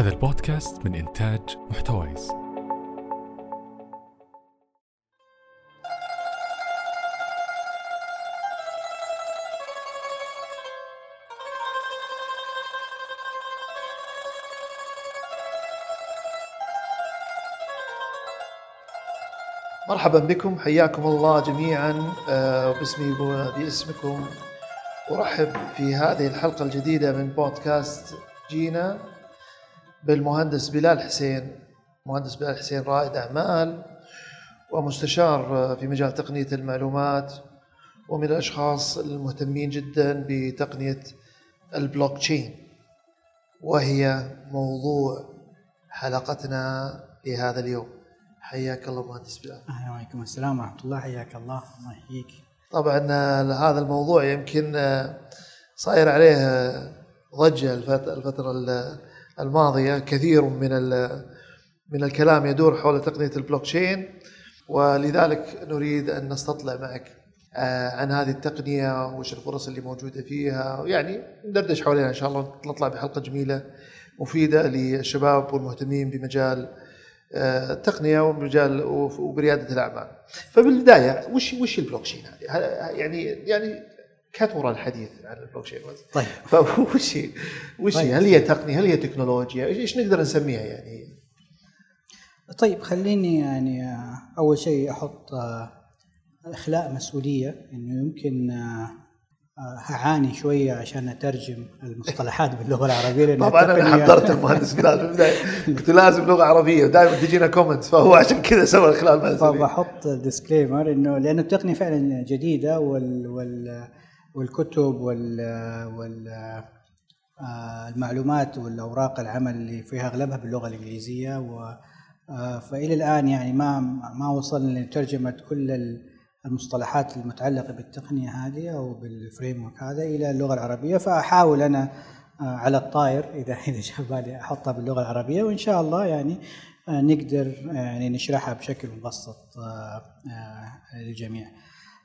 هذا البودكاست من إنتاج محتويس. مرحبا بكم، حياكم الله جميعا باسمي وباسمكم. أرحب في هذه الحلقة الجديدة من بودكاست جينا بالمهندس بلال حسين. مهندس بلال حسين رائد أعمال ومستشار في مجال تقنية المعلومات، ومن الأشخاص المهتمين جدا بتقنية البلوكتشين، وهي موضوع حلقتنا لهذا اليوم. حياك الله مهندس بلال. أهلا وعليكم السلام ورحمة الله. حياك الله يحييك. طبعا هذا الموضوع يمكن صاير عليه ضجة الفترة الماضية. كثير من الكلام يدور حول تقنية البلوكتشين، ولذلك نريد أن نستطلع معك عن هذه التقنية وش الفرص اللي موجودة فيها، يعني ندردش حولها إن شاء الله، نطلع بحلقة جميلة مفيدة للشباب والمهتمين بمجال التقنية وبريادة الأعمال. فبالبداية وش البلوكتشين هذه؟ يعني كثر الحديث عن البلوكتشين. طيب وش طيب. هل هي تقنية؟ هل هي تكنولوجيا؟ إيش نقدر نسميها يعني؟ طيب خليني يعني أول شيء أحط إخلاء مسؤولية، إنه يمكن هعاني شوية عشان أترجم المصطلحات باللغة العربية. طبعا أنا حضرت المهندس بلال في البداية، قلت لازم لغة عربية ودائما تجينا كومنتس، فهو عشان كذا سوى إخلاء المسؤولية. فبحط ديسكليمر إنه لأن التقنية فعلا جديدة، والكتب والمعلومات والأوراق العمل اللي فيها أغلبها باللغة الإنجليزية، فإلى الآن يعني ما وصلنا لترجمة كل المصطلحات المتعلقة بالتقنية هذه أو بالفريم ورك هذا إلى اللغة العربية. فأحاول أنا على الطائر إذا جاء بالي أحطها باللغة العربية، وإن شاء الله يعني نقدر يعني نشرحها بشكل مبسط للجميع.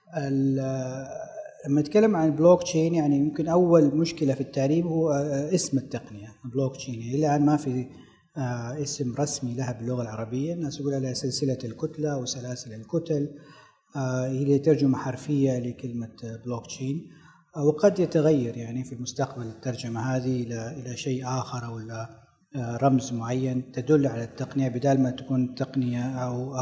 لما نتكلم عن البلوكتشين، يعني يمكن أول مشكلة في التعريب هو اسم التقنية البلوكتشين. إلى الآن ما في اسم رسمي لها باللغة العربية. الناس يقول لها سلسلة الكتلة أو سلاسل الكتل، هي ترجمة حرفية لكلمة بلوكتشين، وقد يتغير يعني في المستقبل الترجمة هذه إلى شيء آخر أو إلى رمز معين تدل على التقنية، بدال ما تكون تقنية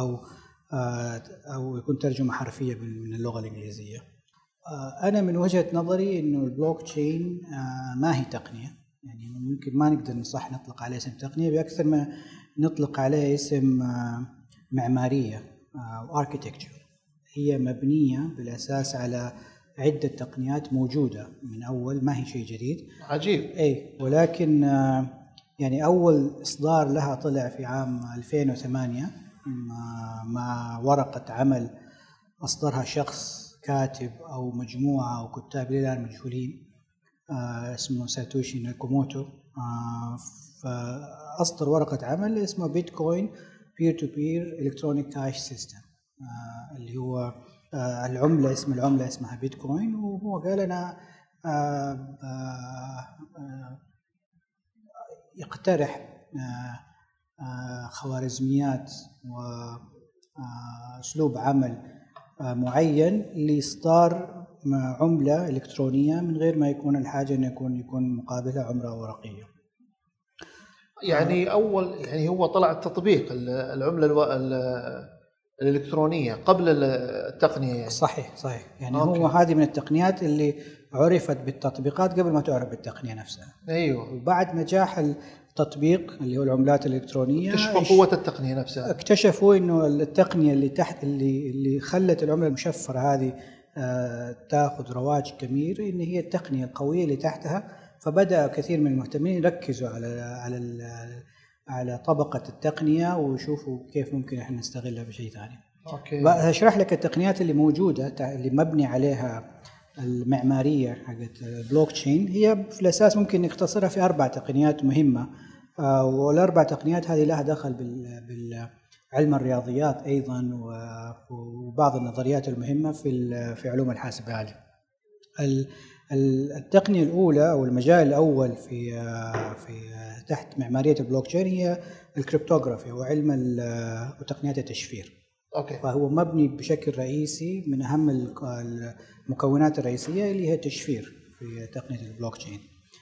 أو يكون ترجمة حرفية من اللغة الإنجليزية. أنا من وجهة نظري إنه البلوكتشين ما هي تقنية، يعني ممكن ما نقدر نصح نطلق عليه اسم تقنية، بأكثر ما نطلق عليه اسم معمارية أو architecture. هي مبنية بالأساس على عدة تقنيات موجودة من أول، ما هي شيء جديد. عجيب. أي، ولكن يعني أول إصدار لها طلع في عام 2008 مع ورقة عمل أصدرها شخص كاتب أو مجموعة أو كتاب الآن مجهولين، اسمه ساتوشي ناكاموتو. فأصدر ورقة عمل اسمه بيتكوين بير تو بير إلكترونيك كاش سيستم، اللي هو العملة، اسم العملة اسمها بيتكوين. وهو قال أنا يقترح خوارزميات وأسلوب عمل معين لإصدار عملة إلكترونية من غير ما يكون الحاجة أن يكون مقابلها عملة ورقية. يعني هو طلع التطبيق العملة الإلكترونية قبل التقنية يعني. صحيح يعني أوكي. هو هذه من التقنيات اللي عرفت بالتطبيقات قبل ما تعرف بالتقنية نفسها. أيوة. وبعد نجاح التطبيق اللي هو العملات الإلكترونية اكتشفوا قوة التقنية نفسها. اكتشفوا إنه التقنية اللي تحت اللي خلت العملة المشفرة هذه تأخذ رواج كبير، إن هي التقنية القوية اللي تحتها. فبدأ كثير من المهتمين يركزوا على طبقة التقنية ويشوفوا كيف ممكن احنا نستغلها بشيء ثاني. هشرح لك التقنيات اللي موجودة اللي مبني عليها المعمارية حقت البلوكتشين. هي في الأساس ممكن نختصرها في 4 تقنيات مهمة، والأربع تقنيات هذه لها دخل بعلم الرياضيات أيضا وبعض النظريات المهمة في علوم الحاسب الآلي. التقنية الأولى أو المجال الأول في تحت معمارية البلوك تشين هي الكريبتوغرافي وعلم وتقنيات التشفير. أوكي. فهو مبني بشكل رئيسي من أهم المكونات الرئيسية اللي هي التشفير في تقنية البلوك تشين.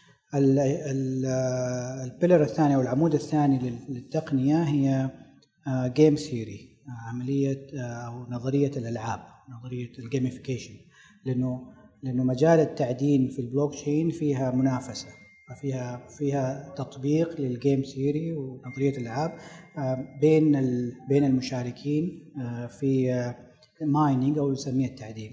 البيلر الثاني أو العمود الثاني للتقنية هي جيم ثيوري، عملية أو نظرية الألعاب، نظرية الجيميفيكيشن، لأنه مجال التعدين في البلوك تشين فيها منافسة، فيها تطبيق للجيم ثيوري ونظرية الألعاب بين المشاركين في مايننج أو يسميه التعدين.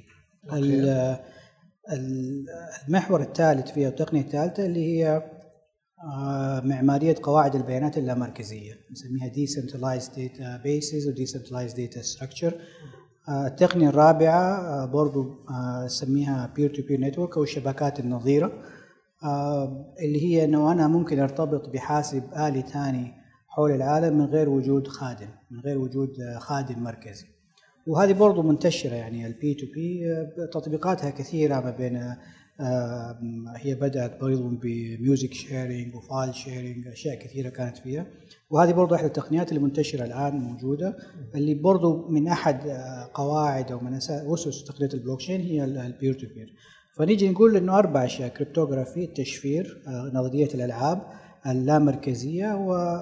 المحور الثالث فيها التقنية الثالثة اللي هي معمارية قواعد البيانات اللامركزية، نسميها Decentralized Databases و Decentralized Data Structure. التقنية الرابعة برضو نسميها Peer-to-Peer Network أو الشبكات النظيرة، اللي هي أنه أنا ممكن أرتبط بحاسب آلي ثاني حول العالم من غير وجود خادم، من غير وجود خادم مركزي. وهذه برضو منتشرة، يعني البي تو بي تطبيقاتها كثيرة ما بين هي بدأت برضو بميوزك شيرينج وفايل شيرينج، أشياء كثيرة كانت فيها. وهذه برضو أحد التقنيات اللي منتشرة الآن موجودة، اللي برضو من أحد قواعد أو من أسس تقنية البلوكشين هي البير تو بير. فنيجي نقول إنه 4 أشياء: كريبتوغرافي، التشفير، نظرية الألعاب، اللامركزية،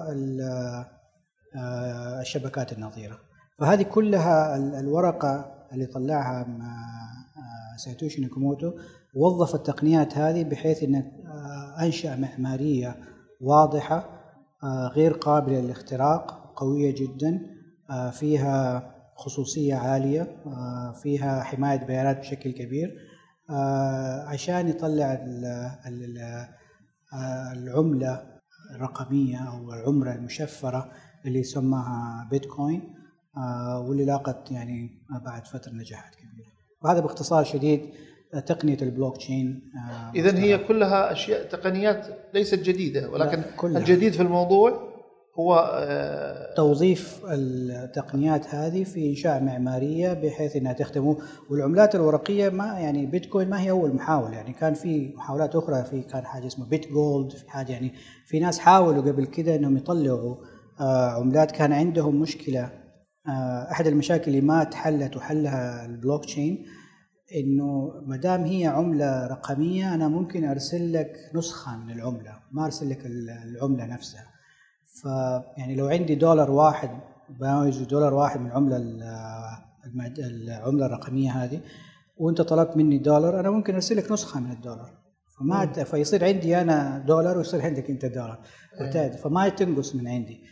والشبكات النظيرة. فهذه كلها الورقة اللي طلعها ساتوشي ناكاموتو وظف التقنيات هذه بحيث أن أنشأ معمارية واضحة غير قابلة للاختراق، قوية جدا، فيها خصوصية عالية، فيها حماية بيانات بشكل كبير، عشان يطلع العملة الرقمية أو العملة المشفرة اللي يسمىها بيتكوين، واللي لاقت يعني بعد فترة نجاحات كبيرة. وهذا باختصار شديد تقنية البلوك تشين. إذن هي كلها أشياء تقنيات ليست جديدة، ولكن الجديد في الموضوع هو توظيف التقنيات هذه في إنشاء معمارية بحيث أنها تخدمه. والعملات الورقية ما يعني بيتكوين ما هي أول محاولة، يعني كان في محاولات أخرى، كان حاجة اسمها بيت جولد، في حاجة يعني في ناس حاولوا قبل كده أنهم يطلعوا عملات. كان عندهم مشكلة، أحد المشاكل اللي ما تحلت وحلها البلوك تشين إنه مدام هي عملة رقمية أنا ممكن أرسل لك نسخة من العملة، ما أرسل لك العملة نفسها. فيعني لو عندي $1 واحد بيساوي $1 من العملة الرقمية هذه، وأنت طلبت مني $، أنا ممكن أرسل لك نسخة من $. فيصير عندي أنا $، ويصير عندك أنت $، فما تنقص من عندي.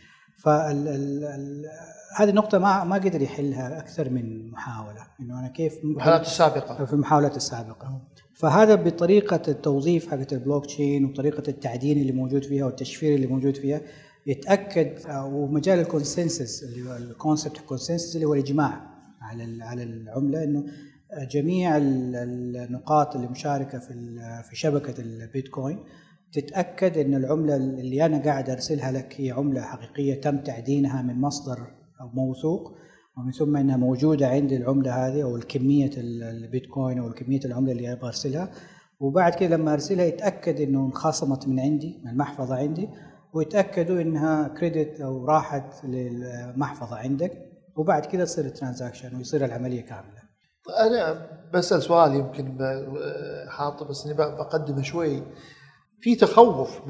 هذه النقطة ما قدر يحلها أكثر من محاولة، إنه أنا كيف في المحاولات السابقة. فهذا بطريقة التوظيف حقت البلوك تشين وطريقة التعدين اللي موجود فيها والتشفير اللي موجود فيها يتأكد، ومجال الكونسنسس اللي هو الكونسبت الكونسنسس اللي هو الإجماع على العملة، إنه جميع النقاط اللي مشاركة في شبكة البيتكوين تتأكد إن العملة اللي أنا قاعد أرسلها لك هي عملة حقيقية تم تعدينها من مصدر أو موثوق، ومن ثم إنها موجودة عندي العملة هذه أو الكمية البيتكوين أو الكمية العملة اللي أبغى أرسلها. وبعد كده لما أرسلها يتأكد إنه انخصمت من عندي من المحفظة عندي، ويتأكدوا إنها كريدت أو راحت للمحفظة عندك، وبعد كده تصير الترانزاكشن ويصير العملية كاملة. أنا بسأل سؤال يمكن حاطه بس إني بقدمه شوي. في تخوف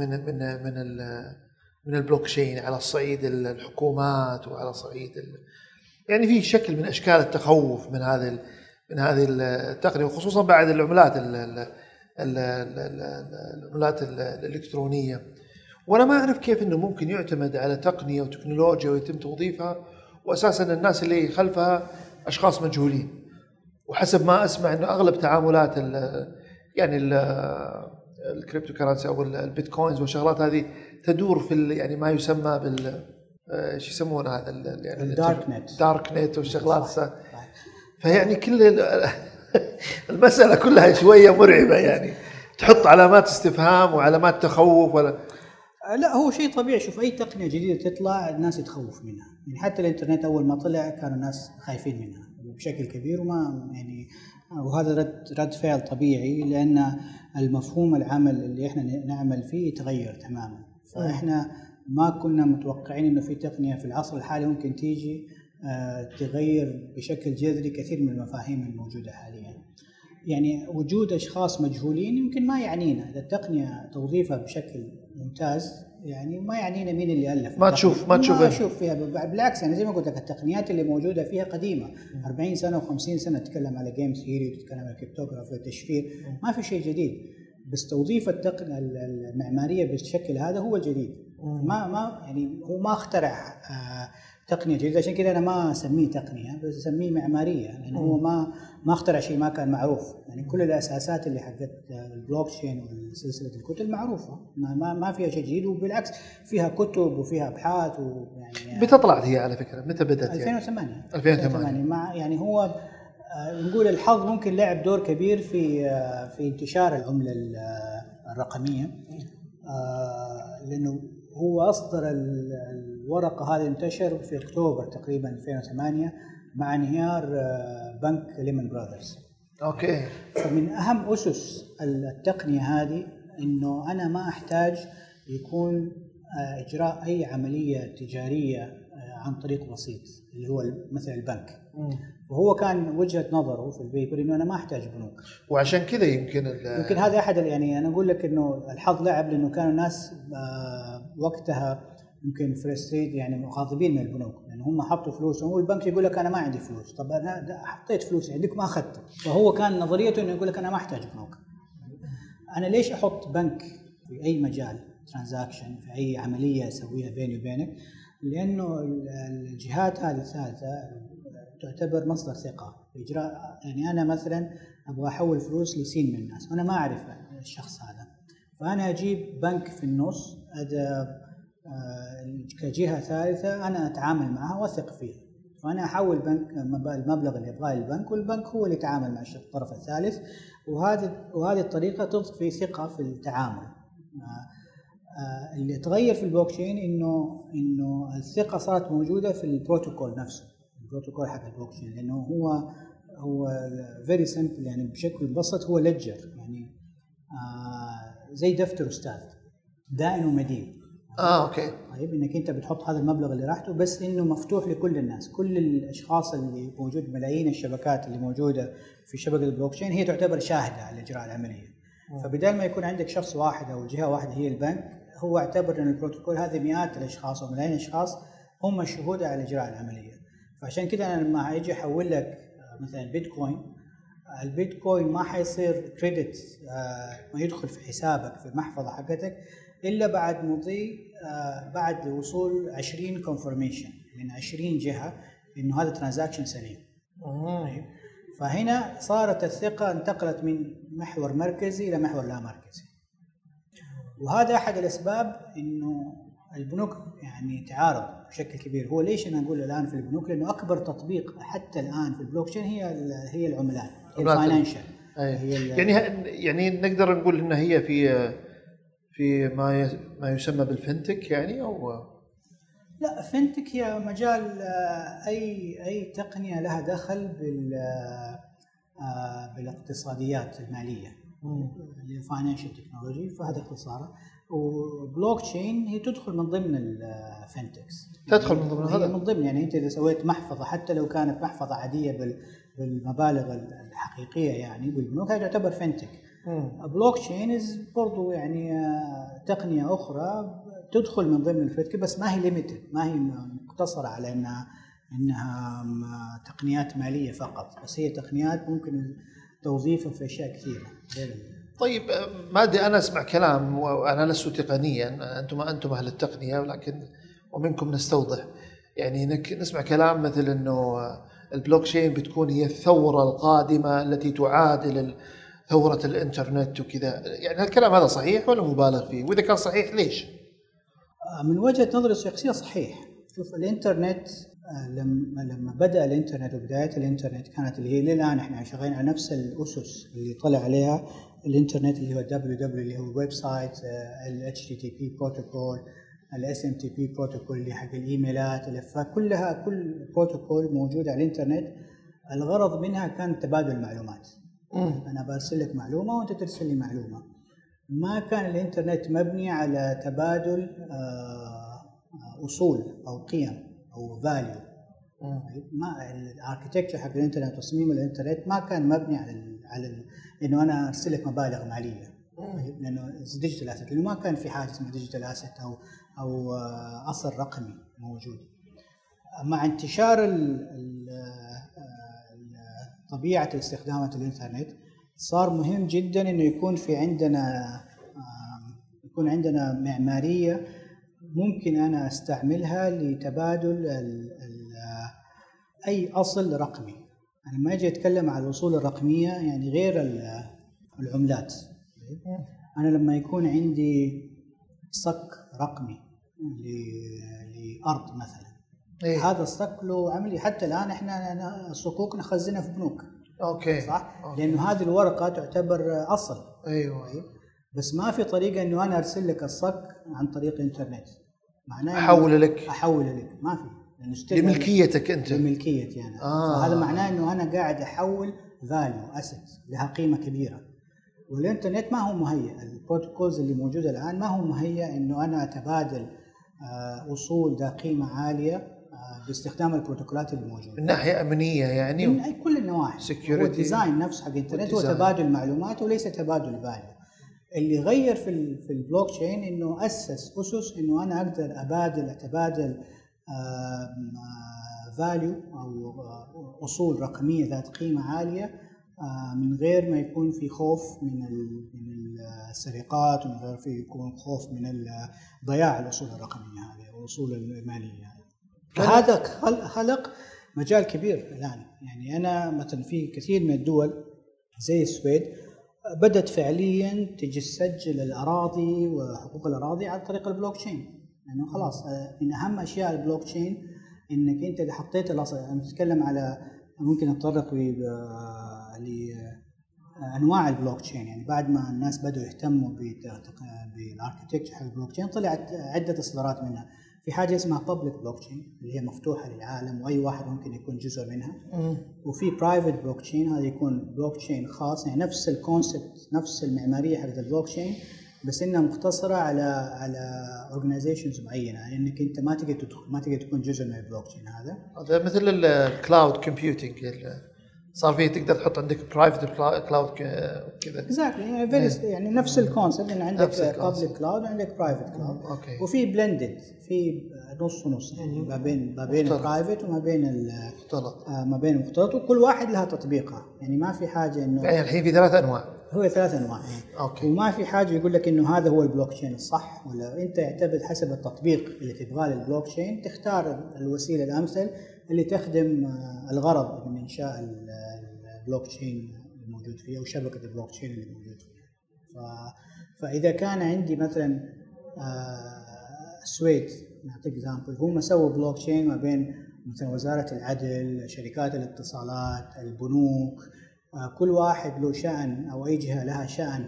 من البلوكشين على الصعيد الحكومات وعلى صعيد يعني في شكل من أشكال التخوف من هذه التقنية، وخصوصا بعد العملات الإلكترونية. وأنا ما أعرف كيف إنه ممكن يعتمد على تقنية وتكنولوجيا ويتم توظيفها، وأساسا الناس اللي خلفها أشخاص مجهولين. وحسب ما أسمع إنه أغلب تعاملات يعني الكريبتو كرنسي أو البيتكوينز والشغلات هذه تدور في يعني ما يسمى بال ايش يسمون هذا يعني الدارك نت والشغلات. فيعني كل المسألة كلها شوية مرعبة، يعني تحط علامات استفهام وعلامات تخوف. ولا لا، هو شيء طبيعي. شوف أي تقنية جديدة تطلع الناس يتخوف منها، يعني حتى الإنترنت أول ما طلع كانوا الناس خايفين منها بشكل كبير، وما يعني وهذا رد فعل طبيعي، لأن المفهوم العمل اللي إحنا نعمل فيه يتغير تماما. فإحنا ما كنا متوقعين إنه في تقنية في العصر الحالي ممكن تيجي تغير بشكل جذري كثير من المفاهيم الموجودة حاليا. يعني وجود أشخاص مجهولين يمكن ما يعنينا، إذا التقنية توظيفها بشكل ممتاز يعني ما يعنينا مين اللي ألف. ما تشوف فيها. بالعكس يعني زي ما قلت لك التقنيات اللي موجودة فيها قديمة 40 سنة و50 سنة. تتكلم على جيم ثيوري، تتكلم على كريبتوغرافي وتشفير، ما في شيء جديد. بس توظيف التقنية المعمارية بالشكل هذا هو الجديد. ما يعني هو ما اخترع تقنية جديدة، عشان كذا أنا ما أسميه تقنية بس أسميه معمارية، لأنه هو ما اخترع شيء ما كان معروف. يعني كل الأساسات اللي حقت البلوك تشين وسلسلة الكتب معروفة، ما فيها شيء جديد، وبالعكس فيها كتب وفيها أبحاث ويعني بتطلع هي على فكرة متى بدأت؟ 2008 مع يعني هو نقول الحظ ممكن لعب دور كبير في انتشار العملة الرقمية، لأنه هو أصدر الورقة هذه انتشر في أكتوبر تقريبا 2008 مع انهيار بنك ليمن براذرز. أوكي. فمن أهم أسس التقنية هذه إنه أنا ما أحتاج يكون إجراء أي عملية تجارية عن طريق وسيط اللي هو مثل البنك. وهو كان وجهة نظره في البيبر إنه أنا ما أحتاج بنوك، وعشان كذا يمكن هذا أحد يعني أنا أقول لك إنه الحظ لعب، لأنه كانوا الناس وقتها يمكن فرستريت يعني غاضبين من البنوك، لأن يعني هم حطوا فلوسهم والبنك يقول لك أنا ما عندي فلوس. طب أنا حطيت فلوس عندك ما أخذت. فهو كان نظريته إنه يقول لك أنا ما أحتاج بنوك. أنا ليش أحط بنك في أي مجال ترانزاكشن في أي عملية أسويها بيني وبينك؟ لأنه الجهات هذه الثالثة تعتبر مصدر ثقة في إجراء. يعني أنا مثلا أبغى أحول فلوس لسين من الناس وأنا ما أعرف الشخص هذا، فأنا أجيب بنك في النص كجهة ثالثة أنا أتعامل معها وأثق فيها، فأنا أحول بنك المبلغ اللي يبغاه البنك، والبنك هو اللي يتعامل مع الطرف الثالث. وهذه الطريقة تضفي ثقة في التعامل. اللي تغير في البلوك تشين إنه الثقة صارت موجودة في البروتوكول نفسه، البروتوكول حق البلوك تشين، لأنه هو very simple يعني بشكل بسيط هو ليدجر يعني زي دفتر أستاذ دائن ومدين. اوكي. طيب انك انت بتحط هذا المبلغ اللي راحته، بس انه مفتوح لكل الناس، كل الاشخاص اللي موجود، ملايين الشبكات اللي موجوده في شبكه البلوك تشين هي تعتبر شاهده على اجراء العمليه. فبدال ما يكون عندك شخص واحد او جهه واحده هي البنك، هو اعتبر ان البروتوكول هذه مئات الاشخاص وملايين الاشخاص هم الشهود على اجراء العمليه. فعشان كده انا لما اجي احول لك مثلا بيتكوين، البيتكوين ما حيصير كريدت ما يدخل في حسابك في المحفظه حقتك إلا بعد مضي بعد وصول 20 كونفرميشن من 20 جهة إنه هذا ترانزاكشن سليم. طيب فهنا صارت الثقة انتقلت من محور مركزي إلى محور لا مركزي، وهذا أحد الأسباب إنه البنوك يعني تعارض بشكل كبير. هو ليش أنا أقول الآن في البنوك؟ لأنه أكبر تطبيق حتى الآن في البلوك تشين هي العملات، هي الفاينانشال. يعني نقدر نقول إن هي في ما يسمى بالفنتك يعني، أو لا، فنتك هي مجال أي تقنية لها دخل بالاقتصاديات المالية، الفاينانشال تكنولوجي، فهذا اختصاره. وبلوك تشين هي تدخل من ضمن الفنتكس، تدخل من ضمن هذا، من ضمن يعني أنت إذا سويت محفظة حتى لو كانت محفظة عادية بالمبالغ الحقيقية يعني بالبنوك، هذا تعتبر فنتك. بلوك تشين برضو يعني تقنية أخرى تدخل من ضمن الفنتك، بس ما هي ليميتد، ما هي مقتصرة على إنها تقنيات مالية فقط، بس هي تقنيات ممكن توظيفها في أشياء كثيرة. طيب ما أدري، أنا أسمع كلام وأنا لست تقنيا، أنتم أهل التقنية، ولكن ومنكم نستوضح. يعني نسمع كلام مثل إنه البلوك تشين بتكون هي الثورة القادمة التي تعادل ثورة الإنترنت وكذا. يعني الكلام هذا صحيح ولا مبالغ فيه؟ وإذا كان صحيح ليش؟ من وجهة نظري الشخصية صحيح. شوف الإنترنت لما بدأ الإنترنت وبداية الإنترنت كانت اللي هي للآن إحنا شغالين على نفس الأسس اللي طلع عليها الإنترنت، اللي هو www اللي هو الويب سايت، ال HTTP بروتوكول، ال SMTP بروتوكول اللي حق الإيميلات، فكلها كل بروتوكول موجود على الإنترنت الغرض منها كان تبادل المعلومات. أنا برسل لك معلومة وأنت ترسل لي معلومة. ما كان الإنترنت مبني على تبادل أصول أو قيم أو value. ما الاركتكتشر حق الإنترنت، تصميم الإنترنت ما كان مبني على إنه أنا أرسل لك مبالغ مالية، لأنه ديجيتال أسيت، لأنه ما كان في حاجة اسمها ديجيتال أسيت أو أصل رقمي موجود. مع انتشار طبيعة استخدامات الإنترنت صار مهم جدا إنه يكون عندنا معمارية ممكن أنا أستعملها لتبادل أي أصل رقمي. أنا لما أجي أتكلم عن الأصول الرقمية يعني غير العملات. أنا لما يكون عندي صك رقمي لأرض مثلا، هذا الصك له عملي. حتى الآن إحنا الصكوك نخزنها في بنوك، صح؟ لأنه هذه الورقة تعتبر أصل. أيوة. بس ما في طريقة إنه أنا أرسل لك الصك عن طريق الإنترنت، معناه أحول لك ما في، لملكيتك أنت، لملكيتي أنا. فهذا معناه إنه أنا قاعد أحول value asset لها قيمة كبيرة. والإنترنت ما هو مهيأ، البروتوكولز اللي موجودة الآن ما هو مهيأ إنه أنا أتبادل أصول ذا قيمة عالية باستخدام البروتوكولات اللي موجودة. من ناحية أمنية يعني، من كل النواحي. هو الديزاين نفسه حق الإنترنت هو تبادل معلومات وليس تبادل value. اللي غير في البلوك تشين إنه أسس أسس إنه أنا أقدر أتبادل value أو أصول رقمية ذات قيمة عالية من غير ما يكون في خوف من السرقات، ومن غير في يكون خوف من ضياع الأصول الرقمية هذه أو الأصول المالية. فهذا خلق مجال كبير الآن. يعني أنا مثلا في كثير من الدول زي السويد بدأت فعليا تجي تسجل الأراضي وحقوق الأراضي عن طريق البلوك تشين، لأنه يعني خلاص من أهم أشياء البلوك تشين إنك أنت اللي حطيت الأصل. أنا بتكلم على ممكن نتطرق لأنواع البلوك تشين. يعني بعد ما الناس بدأوا يهتموا بالاركتكتشر حق البلوك تشين طلعت عدة إصدارات منها. في حاجة اسمها public blockchain اللي هي مفتوحة للعالم وأي واحد ممكن يكون جزء منها. وفي private blockchain، هذا يكون blockchain خاص، يعني نفس الكونسبت نفس المعمارية حق البلوكتشين بس إنها مختصرة على organizations معينة، يعني إنك أنت ما تقدر تكون جزء من البلوكتشين. هذا مثل الكلاود كومبيوتنج صار فيه تقدر تحط عندك برايفت كلاود كذا. يعني نفس الكونسبت ان عندك بابليك كلاود وعندك برايفت كلاود. وفي بلندد، في نص يعني ما بين البرايفت وما بين المختلط، وكل واحد لها تطبيقها. يعني ما في حاجه انه يعني الحين في 3 انواع. هو 3 انواع يعني. وما في حاجه يقول لك انه هذا هو البلوك تشين الصح، ولا انت يعتمد حسب التطبيق اللي تبغاه للبلوك تشين تختار الوسيله الامثل اللي تخدم الغرض من انشاء البلوك تشين الموجود فيه او شبكه البلوك تشين اللي موجود فيها. فاذا كان عندي مثلا السويد نعطيك اكزامبل، هم سووا بلوك تشين ما بين مثلا وزاره العدل، شركات الاتصالات، البنوك، كل واحد له شأن او اي جهه لها شأن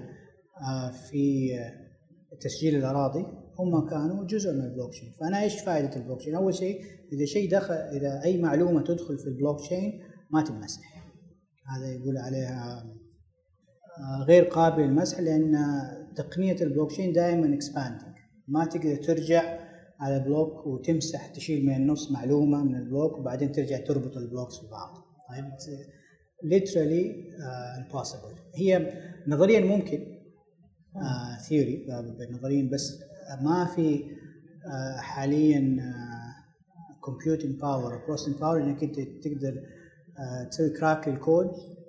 في تسجيل الاراضي، هم كانوا جزء من البلوك تشين. فانا ايش فائده البلوك تشين؟ اول شيء اذا اي معلومه تدخل في البلوك تشين ما تمسح. هذا يقول عليها غير قابل للمسح، لان تقنيه البلوك تشين دائما اكسباندنج، ما تقدر ترجع على بلوك وتمسح تشيل من النص معلومه من البلوك وبعدين ترجع تربط البلوكس ببعض. طيب literally impossible. هي نظريا ممكن ثيوري نظريا، بس ما في حاليا computing power or processing power انك انت تقدر تسوي كراك للكود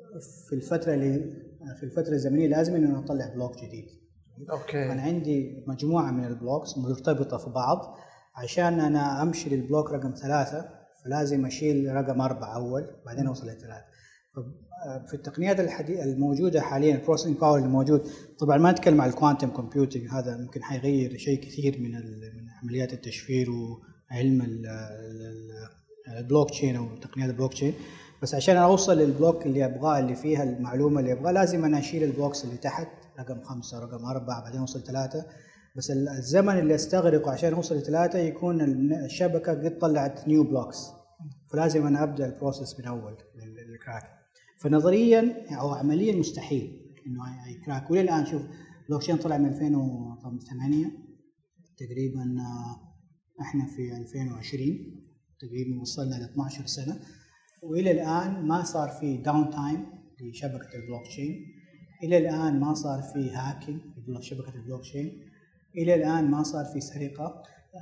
في الفتره الزمنيه لازم انه نطلع بلوك جديد. انا عندي مجموعه من البلوكس مرتبطه في بعض، عشان انا امشي للبلوك رقم 3 فلازم اشيل رقم 4 اول بعدين اوصل ل3. في التقنيات الموجوده حاليا البروسيسنج باور الموجود، طبعا ما نتكلم عن الكوانتم كومبيوتنج، هذا ممكن حيغير شيء كثير من عمليات التشفير وعلم البلوك تشين او تقنيات البلوك تشين. بس عشان اوصل للبلوك اللي ابغاه اللي فيها المعلومه اللي ابغاه لازم انا اشيل البلوكس اللي تحت رقم 5 رقم 4 بعدين اوصل 3. بس الزمن اللي استغرقه عشان اوصل ل3 يكون الشبكه قد طلعت نيو بلوكس، فلازم انا ابدا البروسيس من اول الكراك. فنظريا او عمليا مستحيل انه يكراك. وللان شوف بلوك تشين طلع من 2008 تقريبا، احنا في 2020 تقريبا وصلنا ل 12 سنه، والى الان ما صار في داون تايم لشبكه البلوك تشين، الى الان ما صار في هاكينج لشبكه البلوك تشين، الى الان ما صار في سرقه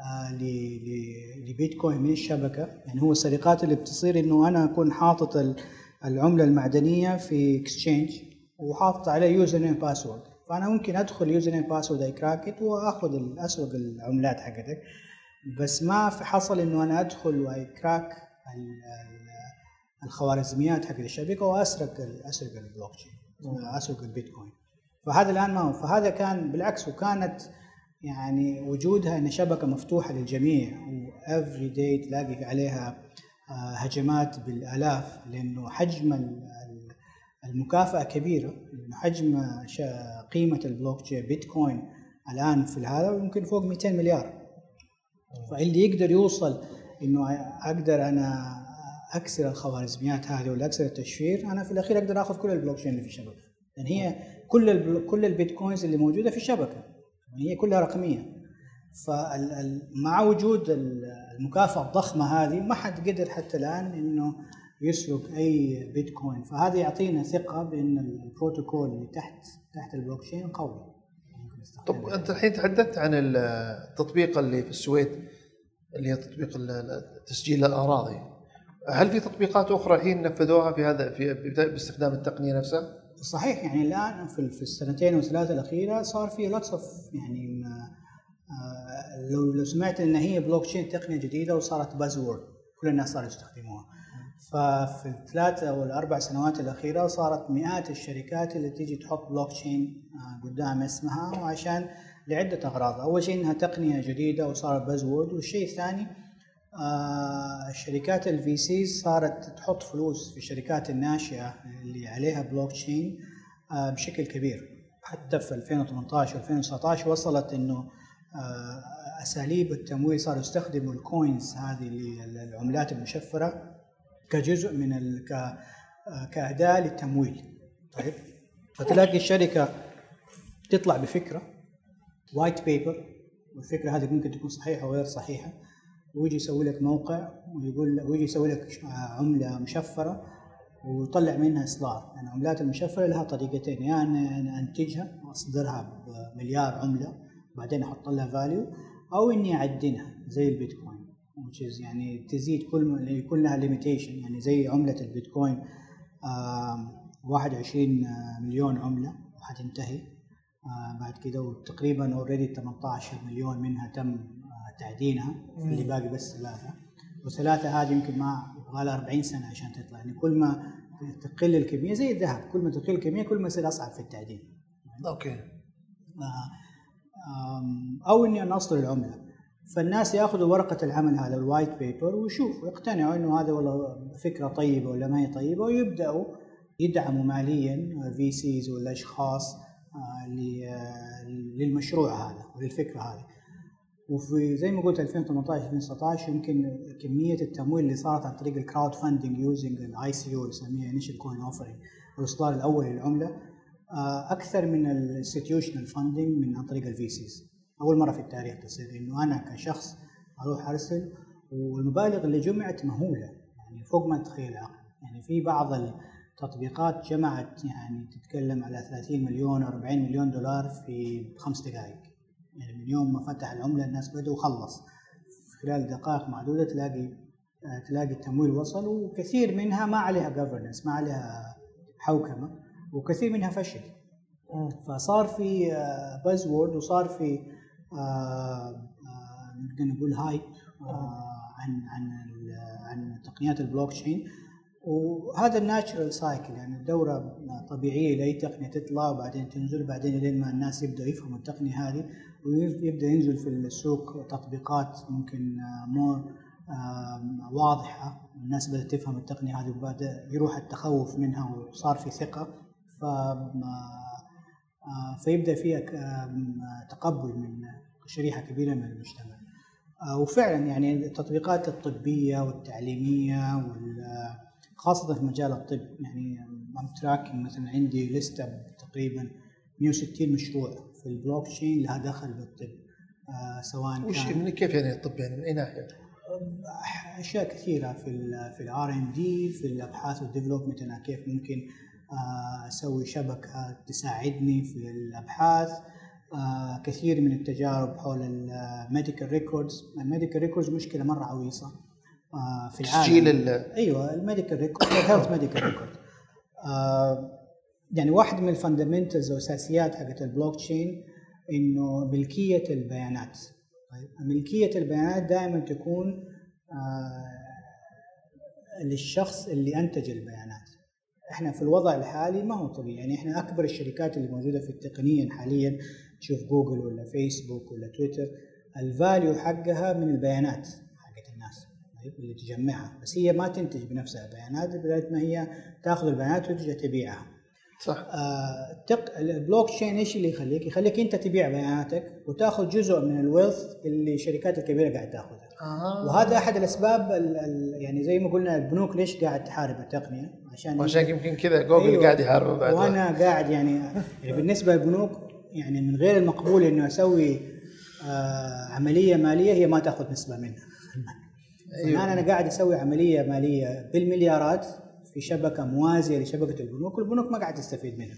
لبيتكوين من الشبكه. يعني هو السرقات اللي بتصير انه انا اكون حاطط العمله المعدنيه في اكسشينج وحاطط عليه يوزر نيم باسورد، فانا ممكن ادخل يوزر نيم باسورد اكراكت واخذ اسرق العملات حقتك، بس ما في حصل انه انا ادخل واكراك الخوارزميات حق الشبكه واسرق البلوك تشين، اسرق البيتكوين. فهذا الان ما هو. فهذا كان بالعكس، وكانت يعني وجودها ان شبكه مفتوحه للجميع وافري داي تلاقي عليها هجمات بالالاف، لانه حجم المكافاه كبيره، لانه حجم قيمه البلوك تشين بيتكوين الان في هذا يمكن فوق 200 مليار. فاللي يقدر يوصل انه اقدر انا اكسر الخوارزميات هذه ولا اكسر التشفير، انا في الاخير اقدر اخذ كل البلوك تشين اللي في الشبكه، لان هي كل البيتكوينز اللي موجوده في الشبكه هي كلها رقميه. فمع وجود المكافاه الضخمه هذه ما حد قدر حتى الان انه يسرق اي بيتكوين. فهذا يعطينا ثقه بان البروتوكول اللي تحت البلوك تشين قوي. طب انت الحين تحدثت عن التطبيق اللي في السويد اللي هي تطبيق تسجيل الاراضي، هل في تطبيقات اخرى الحين نفذوها في هذا باستخدام التقنيه نفسها؟ صحيح، يعني الان في السنتين والثلاثه الاخيره صار في لوتس اوف يعني لو سمعت ان هي بلوك تشين تقنيه جديده وصارت بازورد كل الناس صاروا يستخدموها. ففي الثلاث او الاربع سنوات الاخيره صارت مئات الشركات اللي تيجي تحط بلوك تشين قدام اسمها، وعشان لعده اغراض. اول شيء انها تقنيه جديده وصارت بازورد، والشيء الثاني الشركات الفي سي صارت تحط فلوس في الشركات الناشئه اللي عليها بلوك تشين بشكل كبير. حتى في 2018 و2019 وصلت انه اساليب التمويل صاروا يستخدموا الكوينز هذه العملات المشفره كجزء من كأداة للتمويل. طيب، فتلاقي الشركة تطلع بفكرة وايت بيبر، والفكرة هذه ممكن تكون صحيحة وغير صحيحة، ويجي يسوي لك موقع ويجي يسوي لك عملة مشفرة ويطلع منها إصدار. يعني العملات المشفرة لها طريقتين، يعني أنا أنتجها وأصدرها بمليار عملة بعدين أحط لها فاليو، أو إني أعدنها زي البيتكوين يعني تزيد يكون لها ليميتيشن. يعني زي عملة البيتكوين 21 مليون عملة وحتنتهي بعد كده، وتقريبا اوريدي 18 مليون منها تم تعدينها، اللي باقي بس ثلاثة هذه يمكن ما يبغى لها 40 سنة عشان تطلع. يعني كل ما تقل الكمية زي الذهب، كل ما تقل الكمية كل ما يصير أصعب في التعدين. أوكي. أو إني أنا أصدر العملة، فالناس ياخذوا ورقه العمل هذا الوايت بيبر ويشوفوا يقتنعوا انه هذا والله فكره طيبه ولا ما هي طيبه، ويبداوا يدعموا ماليا في سيز ولا اشخاص للمشروع هذا وللفكره هذه. وفي زي ما قلت 2018 2019 يمكن كميه التمويل اللي صارت عن طريق الكراود فاندنج يوزنج الاي سي او اللي يسميها انيشال كوين اوفرنج، الاصدار الاول للعمله، اكثر من الانستتيوشنال فاندنج من عن طريق الفي سيز. أول مرة في التاريخ تصير إنه أنا كشخص أروح أرسل، والمبالغ اللي جمعت مهولة يعني فوق ما تتخيل العقل. يعني في بعض التطبيقات جمعت يعني تتكلم على 30 مليون و40 مليون دولار في 5 دقائق. يعني من يوم ما فتح العملة الناس بدأوا وخلص خلال دقائق معدودة تلاقي التمويل وصل، وكثير منها ما عليها governance، ما عليها حوكمة، وكثير منها فشل. فصار في بازورد وصار في نقدر نقول هايب عن تقنيات البلوك تشين. وهذا الناتشرال سايكل، يعني الدوره طبيعيه لاي تقنيه تطلع وبعدين تنزل، بعدين لين ما الناس يبداوا يفهموا التقنيه هذه ويبدا ينزل في السوق تطبيقات ممكن مور واضحه، الناس بدات تفهم التقنيه هذه وبدا يروح التخوف منها وصار في ثقه، فيبدأ فيها تقبل من شريحة كبيرة من المجتمع. وفعلا يعني التطبيقات الطبية والتعليمية خاصة في مجال الطب. يعني تراكنج مثلا عندي لستة تقريبا 160 مشروع في البلوك تشين لها دخل بالطب، سواء وش كان من كيف يعني الطب يعني من اي ناحيه؟ اشياء كثيره في الار ان دي، في الابحاث والديفلوبمنت. انا كيف ممكن اسوي شبكه تساعدني في الابحاث. كثير من التجارب حول الميديكال ريكوردز. الميديكال ريكوردز مشكله مره عويصه في العالم. تسجيل ايوه الميديكال ريكورد، الهيلث ميديكال ريكورد. يعني واحد من الفاندمنتالز والاساسيات حقت البلوك تشين انه ملكيه البيانات. ملكيه البيانات دائما تكون للشخص اللي انتج البيانات. احنا في الوضع الحالي ما هو طبيعي. يعني احنا اكبر الشركات اللي موجوده في التقنيه حاليا، تشوف جوجل ولا فيسبوك ولا تويتر، الفاليو حقها من البيانات حقت الناس اللي تجمعها، بس هي ما تنتج بنفسها بيانات بدل ما هي تاخذ البيانات وترجع تبيعها. صح. البلوك تشين ايش اللي يخليك انت تبيع بياناتك وتاخذ جزء من الويلث اللي الشركات الكبيره قاعده تاخذها. وهذا احد الاسباب يعني زي ما قلنا البنوك ليش قاعد تحارب التقنيه، عشان يمكن كذا جوجل أيوة. قاعد يحارب بعد. وانا قاعد يعني بالنسبه للبنوك يعني من غير المقبول انه اسوي عمليه ماليه هي ما تاخذ نسبه منها. أيوة. انا قاعد اسوي عمليه ماليه بالمليارات في شبكه موازيه لشبكه البنوك، والبنوك ما قاعد تستفيد منها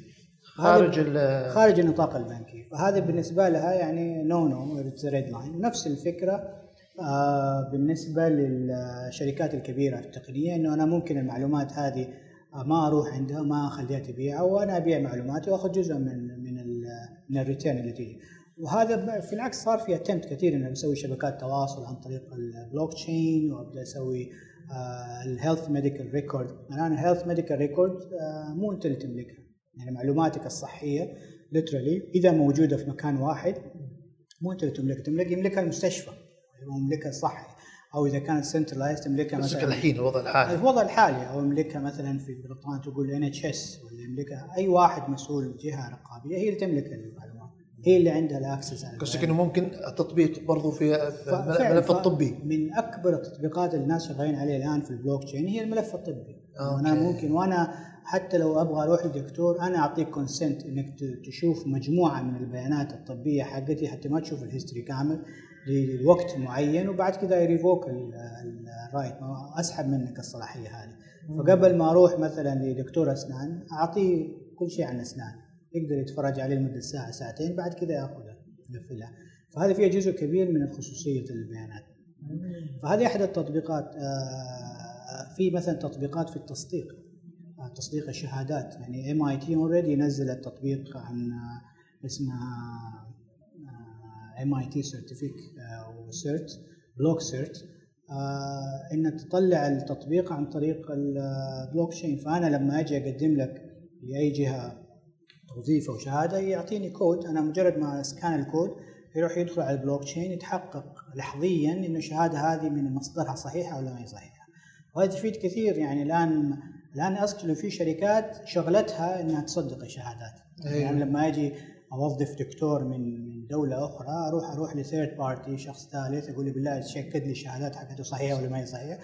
خارج النطاق البنكي. فهذا بالنسبه لها يعني نو ريد لاين. نفس الفكره بالنسبه للشركات الكبيره في التقنيه، انه انا ممكن المعلومات هذه ما اروح عندها ما اخليها تبيعها، وانا ابيع معلوماتي واخذ جزء من الريتيرن اللي تيجي. وهذا في العكس صار في اتمت كثير انه بسوي شبكات تواصل عن طريق البلوك تشين، وابدا اسوي الهيلث ميديكال ريكورد. الان الهيلث ميديكال ريكورد مو انت اللي تملكها، يعني معلوماتك الصحيه ليترالي اذا موجوده في مكان واحد مو انت اللي تملكها، يملكها المستشفى يملكها الصحي، او اذا كانت سنترلايز تملكها مثلا الحين الوضع الحالي او يملكها مثلا في بريطانيا تقول NHS، ولا يملكها اي واحد مسؤول جهه رقابيه هي اللي تملك المعلومات، هي اللي عندها الاكسس على. قصدك انه ممكن التطبيق برضو في الملف الطبي. من اكبر التطبيقات اللي الناس شغالين عليه الان في البلوك تشين هي الملف الطبي. انا ممكن وانا حتى لو ابغى اروح لدكتور انا اعطيك كونسنت انك تشوف مجموعه من البيانات الطبيه حقتي، حتى ما تشوف الهيستوري كامل لوقت معين، وبعد كذا يريفوك الرايت، اسحب منك الصلاحيه هذه. فقبل ما اروح مثلا لدكتور اسنان اعطيه كل شيء عن اسنان، يقدر يتفرج عليه لمده ساعه ساعتين، بعد كذا ياخذها يقفلها. فهذا فيها جزء كبير من خصوصيه البيانات. فهذه احد التطبيقات. في مثلا تطبيقات في التصديق، تصديق الشهادات. يعني MIT already نزلت تطبيق عن اسمها MIT Certificate أو Cert Block Cert، إنك تطلع التطبيق عن طريق البلوك تشين. فأنا لما أجي أقدم لك لأي جهة وظيفة وشهادة يعطيني كود، أنا مجرد ما أسكان الكود يروح يدخل على البلوك تشين يتحقق لحظيا إنه الشهادة هذه من مصدرها صحيحة ولا ما هي صحيحة. وهذا تفيد كثير. يعني الآن أصلا في شركات شغلتها إنها تصدق الشهادات. يعني لما أجي أوظف دكتور من دولة أخرى أروح لثيرد بارتي، شخص ثالث، أقول لي بالله تشكد لي الشهادات حقته صحيحة ولا ما هي صحيحة.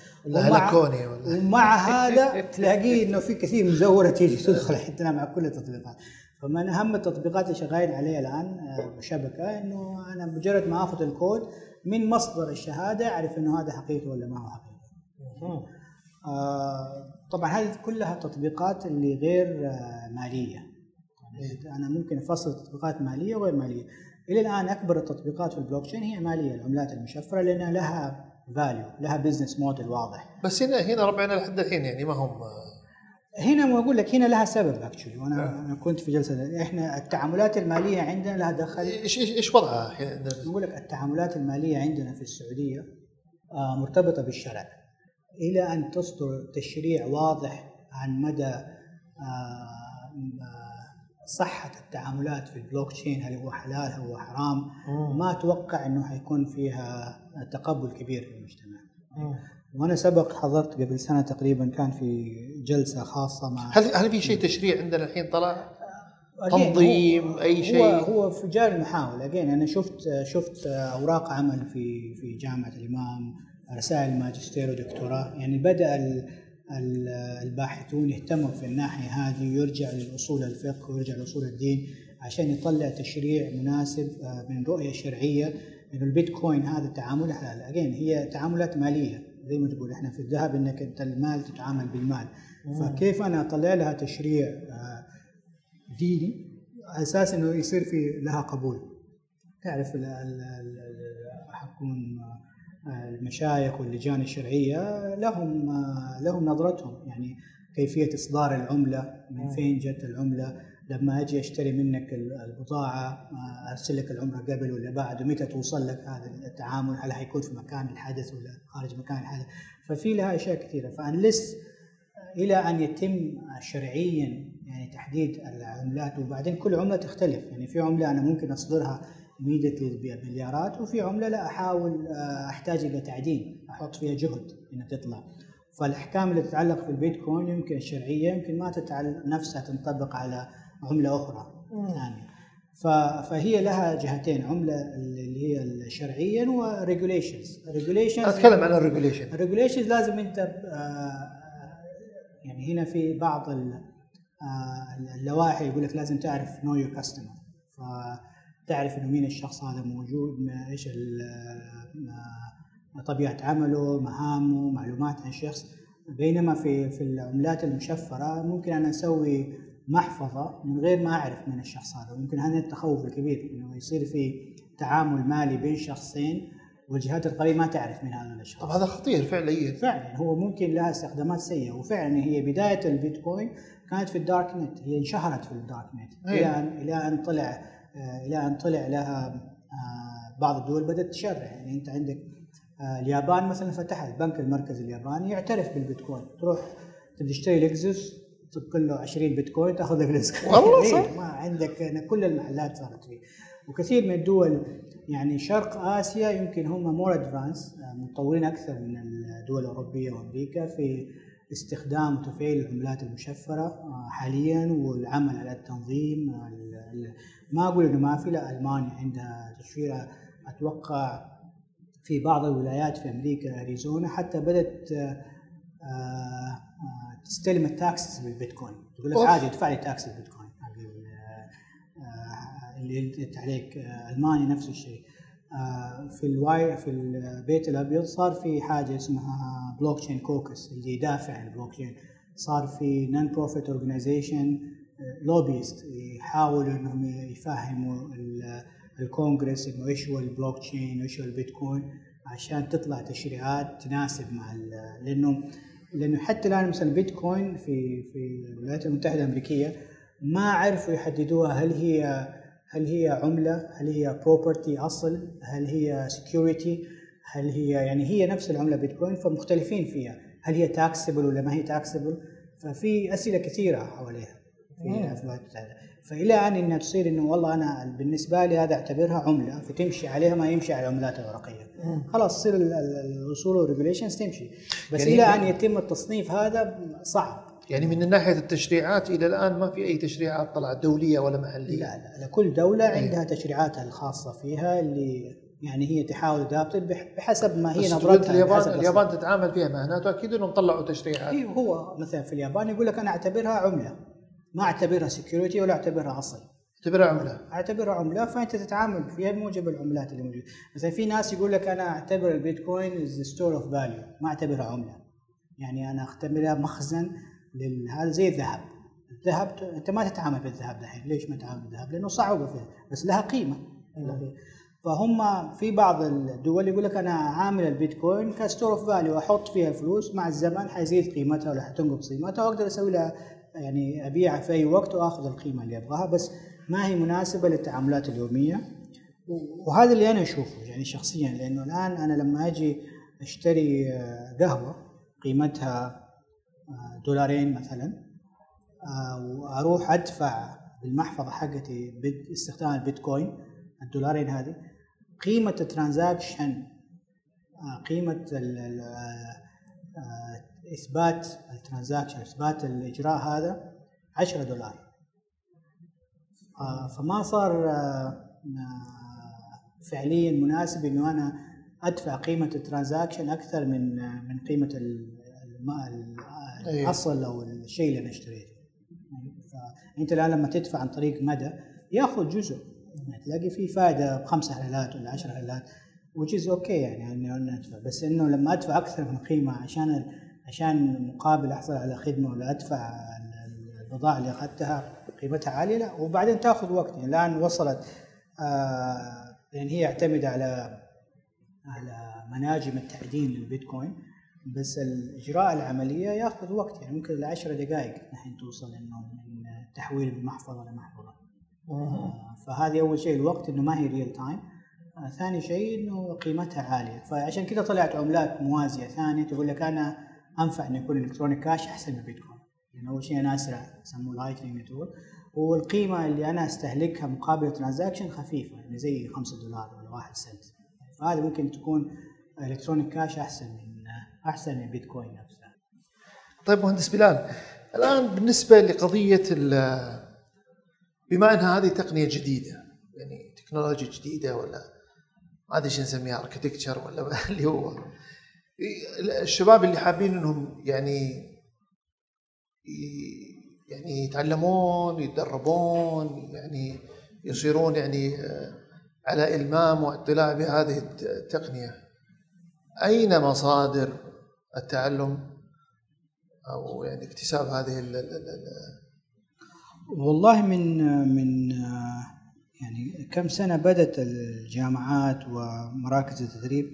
ومع هذا تلاقيه إنه في كثير مزورة تيجي تدخل حتى مع كل التطبيقات. فمن أهم التطبيقات اللي شغالين عليها الآن شبكة، إنه أنا مجرد ما أخذ الكود من مصدر الشهادة أعرف إنه هذا حقيقي ولا ما هو حقيقي. طبعا هذه كلها تطبيقات اللي غير مالية. أنا ممكن أفصل تطبيقات مالية وغير مالية. إلى الآن أكبر التطبيقات في البلوك تشين هي مالية، العملات المشفرة، لأنها لها فاليو، لها بزنس موديل واضح. بس هنا ربعنا لحد الحين يعني ما هم هنا. ما أقول لك هنا لها سبب اكشولي، وانا كنت في جلسه. احنا التعاملات الماليه عندنا لها دخل. ايش وضعها الحين؟ اقول لك التعاملات الماليه عندنا في السعوديه مرتبطه بالشرع، الى ان تصدر تشريع واضح عن مدى صحه التعاملات في البلوك تشين، هل هو حلال هل هو حرام. ما اتوقع انه حيكون فيها تقبل كبير في المجتمع. وانا سبق حضرت قبل سنه تقريبا، كان في جلسه خاصه مع. هل في شيء تشريع عندنا الحين طلع؟ تنظيم اي شيء؟ هو في جال المحاوله. انا شفت اوراق عمل في جامعه الامام، رسائل ماجستير ودكتوراه. يعني بدا الباحثون يهتموا في الناحية هذه، ويرجع للأصول الفقه ويرجع لأصول الدين عشان يطلع تشريع مناسب من رؤية شرعية إنه البيتكوين هذا تعامل حلال. هي تعاملات مالية زي ما تقول إحنا في الذهب إنك أنت المال تتعامل بالمال، فكيف أنا أطلع لها تشريع ديني على أساس إنه يصير في لها قبول. تعرف حكون المشايخ واللجان الشرعية لهم نظرتهم، يعني كيفية إصدار العملة، من فين جت العملة، لما أجي أشتري منك البضاعة أرسل لك العملة قبل ولا بعد، ومتى توصل لك هذا التعامل، هل حيكون في مكان الحدث ولا خارج مكان الحدث. ففي لها أشياء كثيرة. فأنلس إلى أن يتم شرعيا يعني تحديد العملات، وبعدين كل عملة تختلف. يعني في عملة أنا ممكن أصدرها immediately بمليارات، وفي عملة لا أحاول أحتاج إلى تعدين، أحط فيها جهد إنها تطلع. فالأحكام اللي تتعلق في البيتكوين يمكن الشرعية يمكن ما نفسها تنطبق على عملة أخرى ثانية. فهي لها جهتين، عملة اللي هي الشرعية وريجوليشنز. أتكلم عن الريجوليشنز لازم أنت يعني هنا في بعض اللوائح يقول لك لازم تعرف know your customer، فتعرف إنه مين الشخص هذا موجود، إيش طبيعة عمله، مهامه، معلومات عن الشخص. بينما في العملات المشفرة ممكن أنا أسوي محفظة من غير ما أعرف من الشخص هذا. ممكن هذا التخوف الكبير إنه يصير في تعامل مالي بين شخصين والجهات الرقابية ما تعرف من هذا الشخص. طب هذا خطير فعلا هو ممكن لها استخدامات سيئة. وفعلا هي بداية البيتكوين كانت في الدارك نت، هي انشهرت في الدارك نت إلى أن طلع لها بعض الدول بدأت تشرع. يعني أنت عندك اليابان مثلا فتح البنك المركزي الياباني يعترف بالبيتكوين، تروح تشتري لكزس تبقى له 20 بيتكوين تاخذ لك رزق. والله صح. ما عندك كل المحلات صارت فيه. وكثير من الدول يعني شرق آسيا يمكن هم مور ادفانس، متطورين أكثر من الدول الأوروبية وأمريكا في استخدام وتفعيل العملات المشفرة حاليا، والعمل على التنظيم. ما أقول إنه ما في، لا ألمانيا عندها تشفير. أتوقع في بعض الولايات في أمريكا أريزونا حتى بدأت تستلم التاكسز بالبيتكوين، تقول لك عادي ادفع لي تاكس البيتكوين اللي عليك. ألمانيا نفس الشيء. في البيت الأبيض صار في حاجة اسمها بلوك تشين كوكس اللي يدافع عن البلوك تشين. صار في نون بروفيت اورجانيزيشن لوبيست يحاولوا انهم يفهموا الكونغرس انه ايش هو البلوك تشين وايش هو البيتكوين عشان تطلع تشريعات تناسب مع لانه حتى الان مثلا البيتكوين في الولايات المتحده الامريكيه ما عرفوا يحددوها، هل هي عمله، هل هي بروبرتي اصل، هل هي سكيورتي، هل هي يعني هي نفس العمله بيتكوين فمختلفين فيها، هل هي تاكسبل ولا ما هي تاكسبل. ففي اسئله كثيره حواليها في الولايات المتحده. فإلى أنها تصير إنه والله أنا بالنسبة لي هذا أعتبرها عملة فتمشي عليها ما يمشي على العملات الورقية. خلاص تصير الأصول والريجوليشنز تمشي، بس يعني إلى أن يتم التصنيف هذا صعب. يعني من ناحية التشريعات إلى الآن ما في أي تشريعات طلعت دولية ولا محلية؟ لا كل دولة عندها تشريعاتها الخاصة فيها اللي يعني هي تحاول تضبط بحسب ما هي نظرتها. اليابان تتعامل فيها معناته أكيد إنهم طلعوا تشريعات. إيه هو مثلا في اليابان يقول لك أنا أعتبرها عملة، ما أعتبرها سيكيورتي ولا أعتبرها أصل، أعتبرها عملة فأنت تتعامل فيها بموجب العملات اللي موجودة. مثلا في ناس يقول لك أنا أعتبر البيتكوين is the store of value، ما أعتبرها عملة، يعني أنا أعتبرها مخزن لهذا زي الذهب. الذهب أنت ما تتعامل بالذهب دحين، ليش ما تتعامل بالذهب؟ لأنه صعوبة فيه بس لها قيمة. فهم في بعض الدول يقول لك أنا عامل البيتكوين كستور اوف فاليو، أحط فيها فلوس مع الزمن حيزيد قيمتها ولا حتنقص قيمتها وأقدر أسوي لها يعني أبيعها في أي وقت وأخذ القيمة اللي أبغاها، بس ما هي مناسبة للتعاملات اليومية. وهذا اللي أنا أشوفه يعني شخصيا، لأنه الآن أنا لما أجي أشتري قهوة قيمتها $2 مثلا وأروح أدفع بالمحفظة حقتي باستخدام البيتكوين $2 هذه قيمة الترانزاكشن، قيمة إثبات الترانزاكشن، إثبات الإجراء هذا $10. فما صار فعليا مناسب إنه أنا أدفع قيمة الترانزاكشن أكثر من قيمة الأصل أو الشيء اللي أنا اشتريته. فأنت الآن لما تدفع عن طريق مدى يأخذ جزء، يعني تلاقي فيه فائدة ب5 هلالات ولا 10 هلالات وجزء أوكي يعني أنه أدفع، بس إنه لما أدفع أكثر من قيمة عشان مقابل أحصل على خدمة ولا أدفع البضاعة اللي أخذتها قيمتها عالية، لا. وبعدين تأخذ وقت، يعني الآن وصلت لأن هي يعتمد على مناجم التعدين للبيتكوين، بس الإجراء العملية يأخذ وقت، يعني ممكن 10 دقائق نحن توصل إنه من تحويل من محفظة لمحفظة. فهذه أول شيء الوقت، إنه ما هي ريال تايم. ثاني شيء إنه قيمتها عالية، فعشان كده طلعت عملات موازية ثانية تقول لك أنا أنفع إن يكون إلكترونيك كاش أحسن من البيتكوين، لأن أول شيء أنا أسرع، يسموه لايتنينج نتورك، والقيمة اللي أنا أستهلكها مقابل ترانزاكشن خفيفة، يعني زي $5 ولا 1 سنت. فهذا ممكن تكون إلكترونيك كاش أحسن من بيتكوين نفسها. طيب مهندس بلال، الآن بالنسبة لقضية بما أنها هذه تقنية جديدة، يعني تكنولوجيا جديدة، ولا ما أدري شو نسميها، أركتكتشر ولا اللي هو الشباب اللي حابين إنهم يعني يتعلمون، يتدربون، يعني يصيرون يعني على إلمام واطلاع بهذه التقنية، أين مصادر التعلم أو يعني اكتساب هذه والله من يعني كم سنة بدأت الجامعات ومراكز التدريب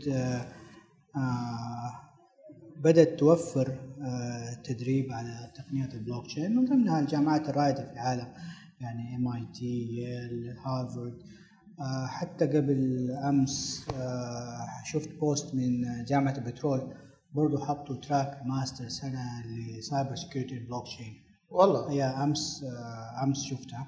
بدأت توفر تدريب على تقنيات البلوكتشين، من ضمنها الجامعات الرائدة في العالم، يعني MIT، ييل، هارفارد. حتى قبل أمس شفت بوست من جامعة البترول برضو حطوا تراك ماستر سنة لسايبر سيكيورتي بلوكتشين. والله هي أمس شفتها.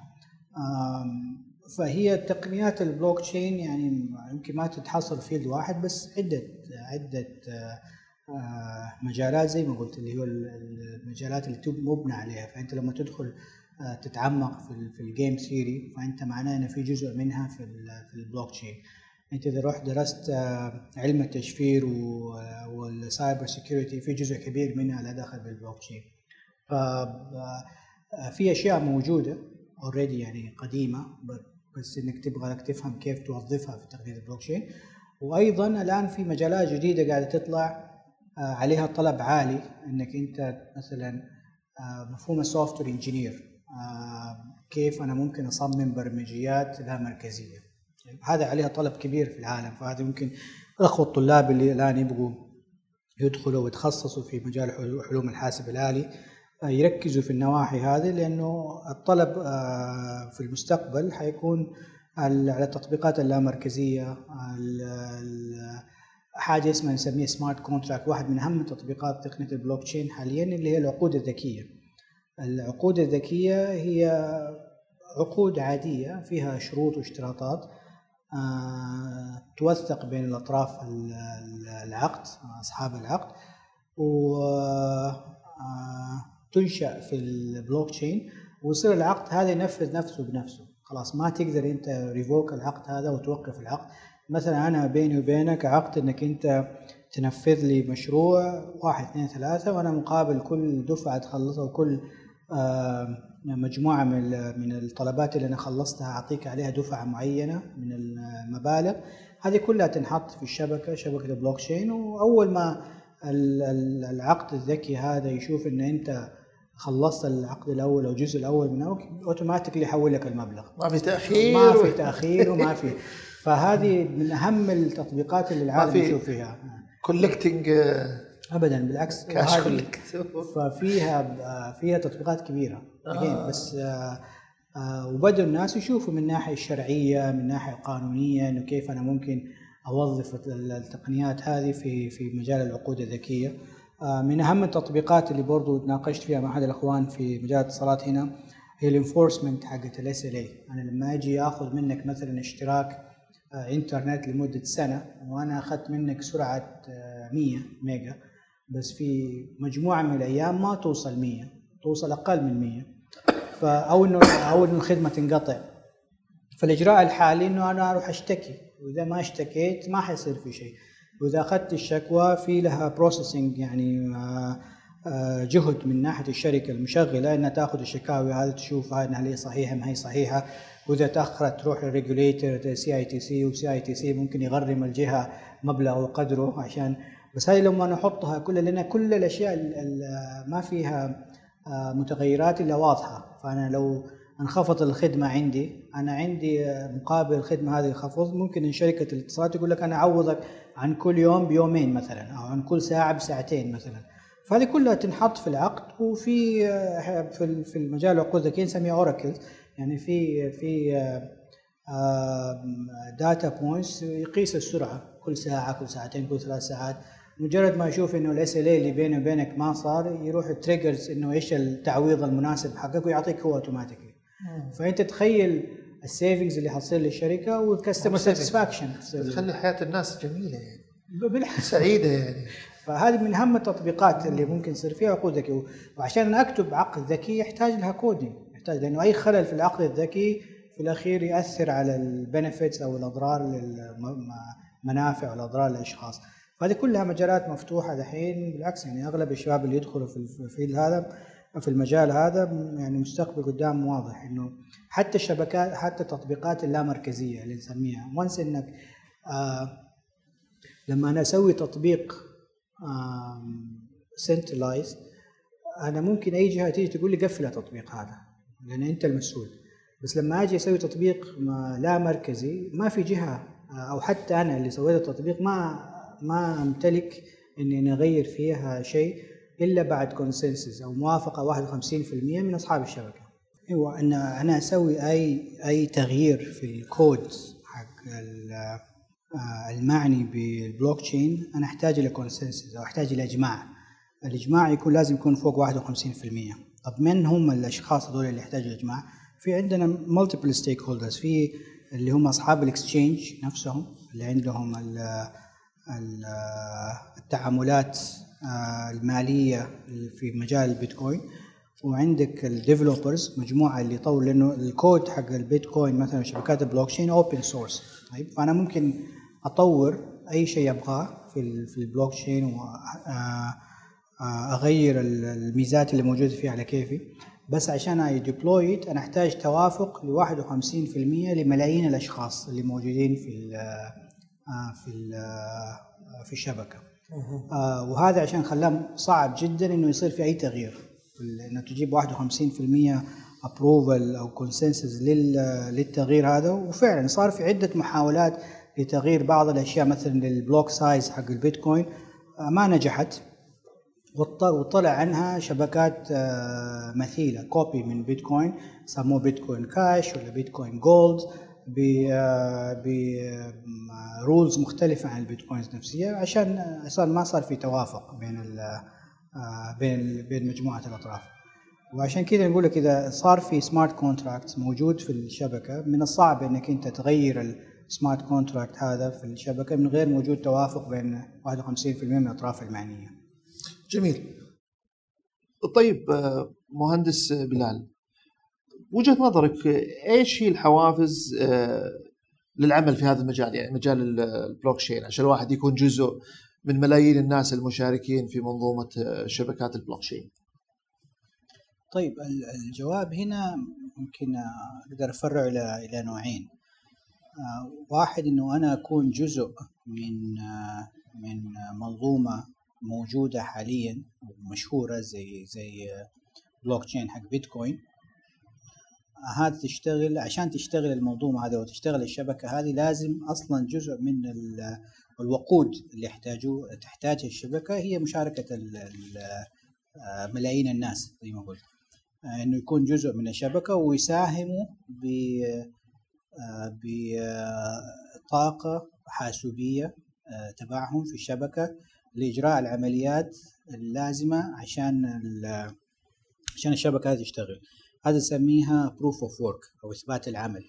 فهي تقنيات البلوكتشين يعني يمكن ما تتحصل فيلد واحد، بس عدة مجالات زي ما قلت، اللي هو المجالات اللي مبنى عليها. فأنت لما تدخل تتعمق في الجيم ثيوري، فأنت معناه أن في جزء منها في البلوكتشين. أنت إذا رحت درست علم التشفير والسايبر سيكيورتي، في جزء كبير منها له دخل بالبلوكتشين. ففي أشياء موجودة already يعني قديمة، بس إنك تبغى لك تفهم كيف توظفها في تقنية البلوكتشين. وأيضا الآن في مجالات جديدة قاعدة تطلع عليها طلب عالي، إنك أنت مثلا مفهوم السوفت وير انجينير، كيف أنا ممكن أصمم برمجيات لها مركزية. هذا عليها طلب كبير في العالم. فهذا ممكن أخوة الطلاب اللي الآن يبغوا يدخلوا ويتخصصوا في مجال علوم الحاسب الآلي يركزوا في النواحي هذه، لأنه الطلب في المستقبل حيكون على التطبيقات اللامركزية. حاجة اسمها نسميها سمارت كونتراكت، واحد من أهم تطبيقات تقنية البلوكتشين حاليا اللي هي العقود الذكية. العقود الذكية هي عقود عادية فيها شروط واشتراطات توثق بين الأطراف العقد، أصحاب العقد، وتنشأ في البلوكتشين، ويصير العقد هذا ينفذ نفسه بنفسه. خلاص ما تقدر أنت ريفوك العقد هذا وتوقف العقد. مثلا أنا بيني وبينك عقد أنك أنت تنفذ لي مشروع 1 2 3، وأنا مقابل كل دفعة تخلصها وكل مجموعة من الطلبات اللي أنا خلصتها أعطيك عليها دفعة معينة من المبالغ. هذه كلها تنحط في شبكة البلوكتشين، وأول ما العقد الذكي هذا يشوف أن أنت خلصت العقد الأول أو الجزء الأول منه، أوتوماتيكلي يحول لك المبلغ، ما في تأخير وما في. فهذه من أهم التطبيقات اللي العالم يشوف فيها كولكتنج أبدا، بالعكس. فيها تطبيقات كبيرة بس وبدأ الناس يشوفوا من الناحية الشرعية، من الناحية القانونية، إنه كيف أنا ممكن أوظف التقنيات هذه في مجال العقود الذكية. من أهم التطبيقات اللي برضو ناقشت فيها مع أحد الأخوان في مجال الاتصالات هنا هي الانفورسمنت حقت SLA. أنا لما أجي أخذ منك مثلا اشتراك إنترنت لمدة سنة، وأنا أخذت منك سرعة 100 ميجا، بس في مجموعة من الأيام ما توصل 100، توصل أقل من 100، أو إنه الخدمة تنقطع. فالإجراء الحالي إنه أنا أروح أشتكي، وإذا ما اشتكيت ما حيصير في شيء. وإذا أخذت الشكوى في لها بروسيسنج، يعني جهد من ناحيه الشركه المشغله انها تاخذ الشكاوي هذه تشوف هل هي صحيحه ما هي صحيحه، واذا تاخرت تروح للريجوليتر CITC، وCITC ممكن يغرم الجهه مبلغ وقدره عشان. بس هذه لما نحطها لان كل الاشياء ما فيها متغيرات الا واضحه، فانا لو انخفض الخدمه انا عندي مقابل الخدمه هذه خفض، ممكن ان شركه الاتصالات يقول لك انا اعوضك عن كل يوم بيومين مثلا، او عن كل ساعه بساعتين مثلا. فهذه كلها تنحط في العقد. وفي في المجال العقود الذكيه نسميها اوراكل، يعني في داتا بوينتس يقيس السرعه كل ساعه كل ساعتين كل 3 ساعات. مجرد ما يشوف انه الاس ال اللي بينه وبينك ما صار، يروح تريجرز انه ايش التعويض المناسب حقك ويعطيك هو اوتوماتيكلي. فانت تخيل السيفنجز اللي حتصير للشركه والكاستمر ساتسفاكشن، تخلي حياه الناس جميله يعني بالعكس سعيده يعني. فهذه من اهم التطبيقات اللي ممكن يصير فيها عقود ذكيه. وعشان أنا اكتب عقد ذكي يحتاج لها كودينج، يحتاج، لانه اي خلل في العقد الذكي في الاخير ياثر على البنفيتس او الاضرار للمنافع والاضرار للاشخاص. فهذه كلها مجالات مفتوحه دحين. بالعكس يعني اغلب الشباب اللي يدخلوا في هذا في المجال هذا يعني مستقبل قدام واضح، انه حتى الشبكات حتى التطبيقات اللامركزيه اللي نسميها، وانس انك لما انا اسوي تطبيق سنترلايز، انا ممكن اي جهه تيجي تقول لي قفل التطبيق هذا لان انت المسؤول. بس لما اجي اسوي تطبيق لا مركزي، ما في جهه او حتى انا اللي سويت التطبيق ما امتلك اني اغير فيها شيء الا بعد كونسنسس او موافقه 51% من اصحاب الشبكه. ايوه، ان انا اسوي اي تغيير في الكود حق المعني بالبلوك تشين، انا احتاج الى كونسنسس او احتاج الى اجماع. الاجماع لازم يكون فوق 51%. طب من هم الاشخاص هذول اللي يحتاجوا الاجماع؟ في عندنا مالتيبل ستيك هولدرز، في اللي هم اصحاب الاكسشينج نفسهم اللي عندهم التعاملات الماليه في مجال البيتكوين، وعندك الديفلوبرز مجموعه اللي يطور، لانه الكود حق البيتكوين مثلا شبكات البلوك تشين اوبن سورس. طيب فانا ممكن اطور اي شيء ابغاه في البلوك تشين واغير الميزات اللي موجوده فيه على كيفي. بس عشان اي انا احتاج توافق ل 51% لملايين الاشخاص اللي موجودين في الشبكه. وهذا عشان خلاه صعب جدا انه يصير في اي تغيير، انه تجيب 51% ابروفل او كونسنسس للتغيير هذا. وفعلا صار في عده محاولات لتغيير بعض الاشياء، مثلا للبلوك سايز حق البيتكوين ما نجحت، وطلع عنها شبكات مثيله كوبي من بيتكوين، سموه بيتكوين كاش ولا بيتكوين جولد، برولز مختلفه عن البيتكوينز نفسها، عشان ما صار في توافق بين مجموعه الاطراف. وعشان كذا نقول لك اذا صار في سمارت كونتراكت موجود في الشبكه، من الصعب انك انت تغير السمارت كونتراكت هذا في الشبكه من غير وجود توافق بين 51% من الاطراف المعنيه. جميل. طيب مهندس بلال، وجهة نظرك ايش هي الحوافز للعمل في هذا المجال، يعني مجال البلوك تشين، عشان الواحد يكون جزء من ملايين الناس المشاركين في منظومة شبكات البلوك تشين؟ طيب الجواب هنا ممكن اقدر افرعه الى نوعين. واحد انه انا اكون جزء من منظومه موجوده حاليا ومشهوره زي بلوك تشين حق بيتكوين. هذا تشتغل، عشان تشتغل المنظومه هذه وتشتغل الشبكه هذه، لازم اصلا جزء من الوقود اللي تحتاجها الشبكه هي مشاركه ملايين الناس زي ما قلت، انه يكون جزء من الشبكه ويساهموا بطاقه حاسوبيه تبعهم في الشبكه لاجراء العمليات اللازمه عشان الشبكه هذه تشتغل. هذا نسميها proof of work او اثبات العمل.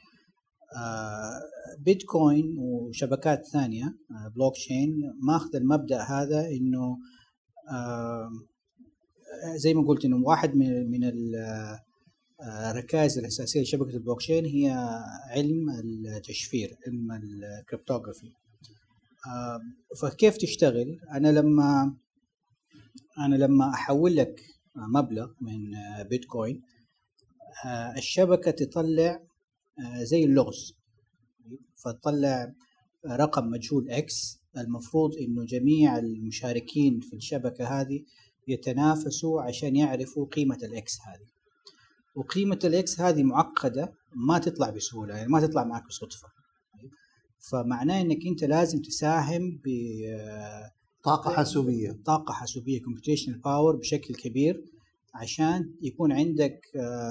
بيتكوين وشبكات ثانيه بلوك تشين ماخذ المبدا هذا، انه زي ما قلت انه واحد من الركائز الاساسيه لشبكه البلوك تشين هي علم التشفير، علم الكريبتوغرافي. فكيف تشتغل؟ انا لما أنا لما أحول لك مبلغ من بيتكوين، الشبكة تطلع زي اللغز، فتطلع رقم مجهول X. المفروض إنه جميع المشاركين في الشبكة هذه يتنافسوا عشان يعرفوا قيمة الإكس هذه، وقيمة الإكس هذه معقدة، ما تطلع بسهولة، يعني ما تطلع معك بصدفة. فمعناه إنك أنت لازم تساهم طاقة حاسوبية computational power بشكل كبير عشان يكون عندك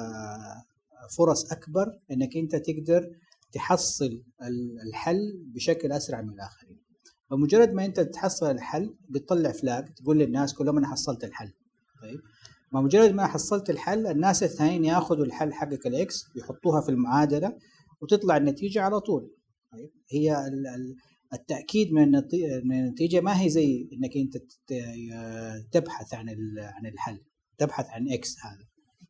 فرص أكبر إنك أنت تقدر تحصل الحل بشكل أسرع من الآخرين. فمجرد ما أنت تحصل الحل بتطلع فلاج تقول للناس كلهم أنا حصلت الحل. طيب ما مجرد ما حصلت الحل الناس الثانيين ياخذوا الحل حقك الإكس يحطوها في المعادلة وتطلع النتيجة على طول. طيب هي التأكيد من النتيجة ما هي زي إنك أنت تبحث عن الحل، تبحث عن إكس هذا.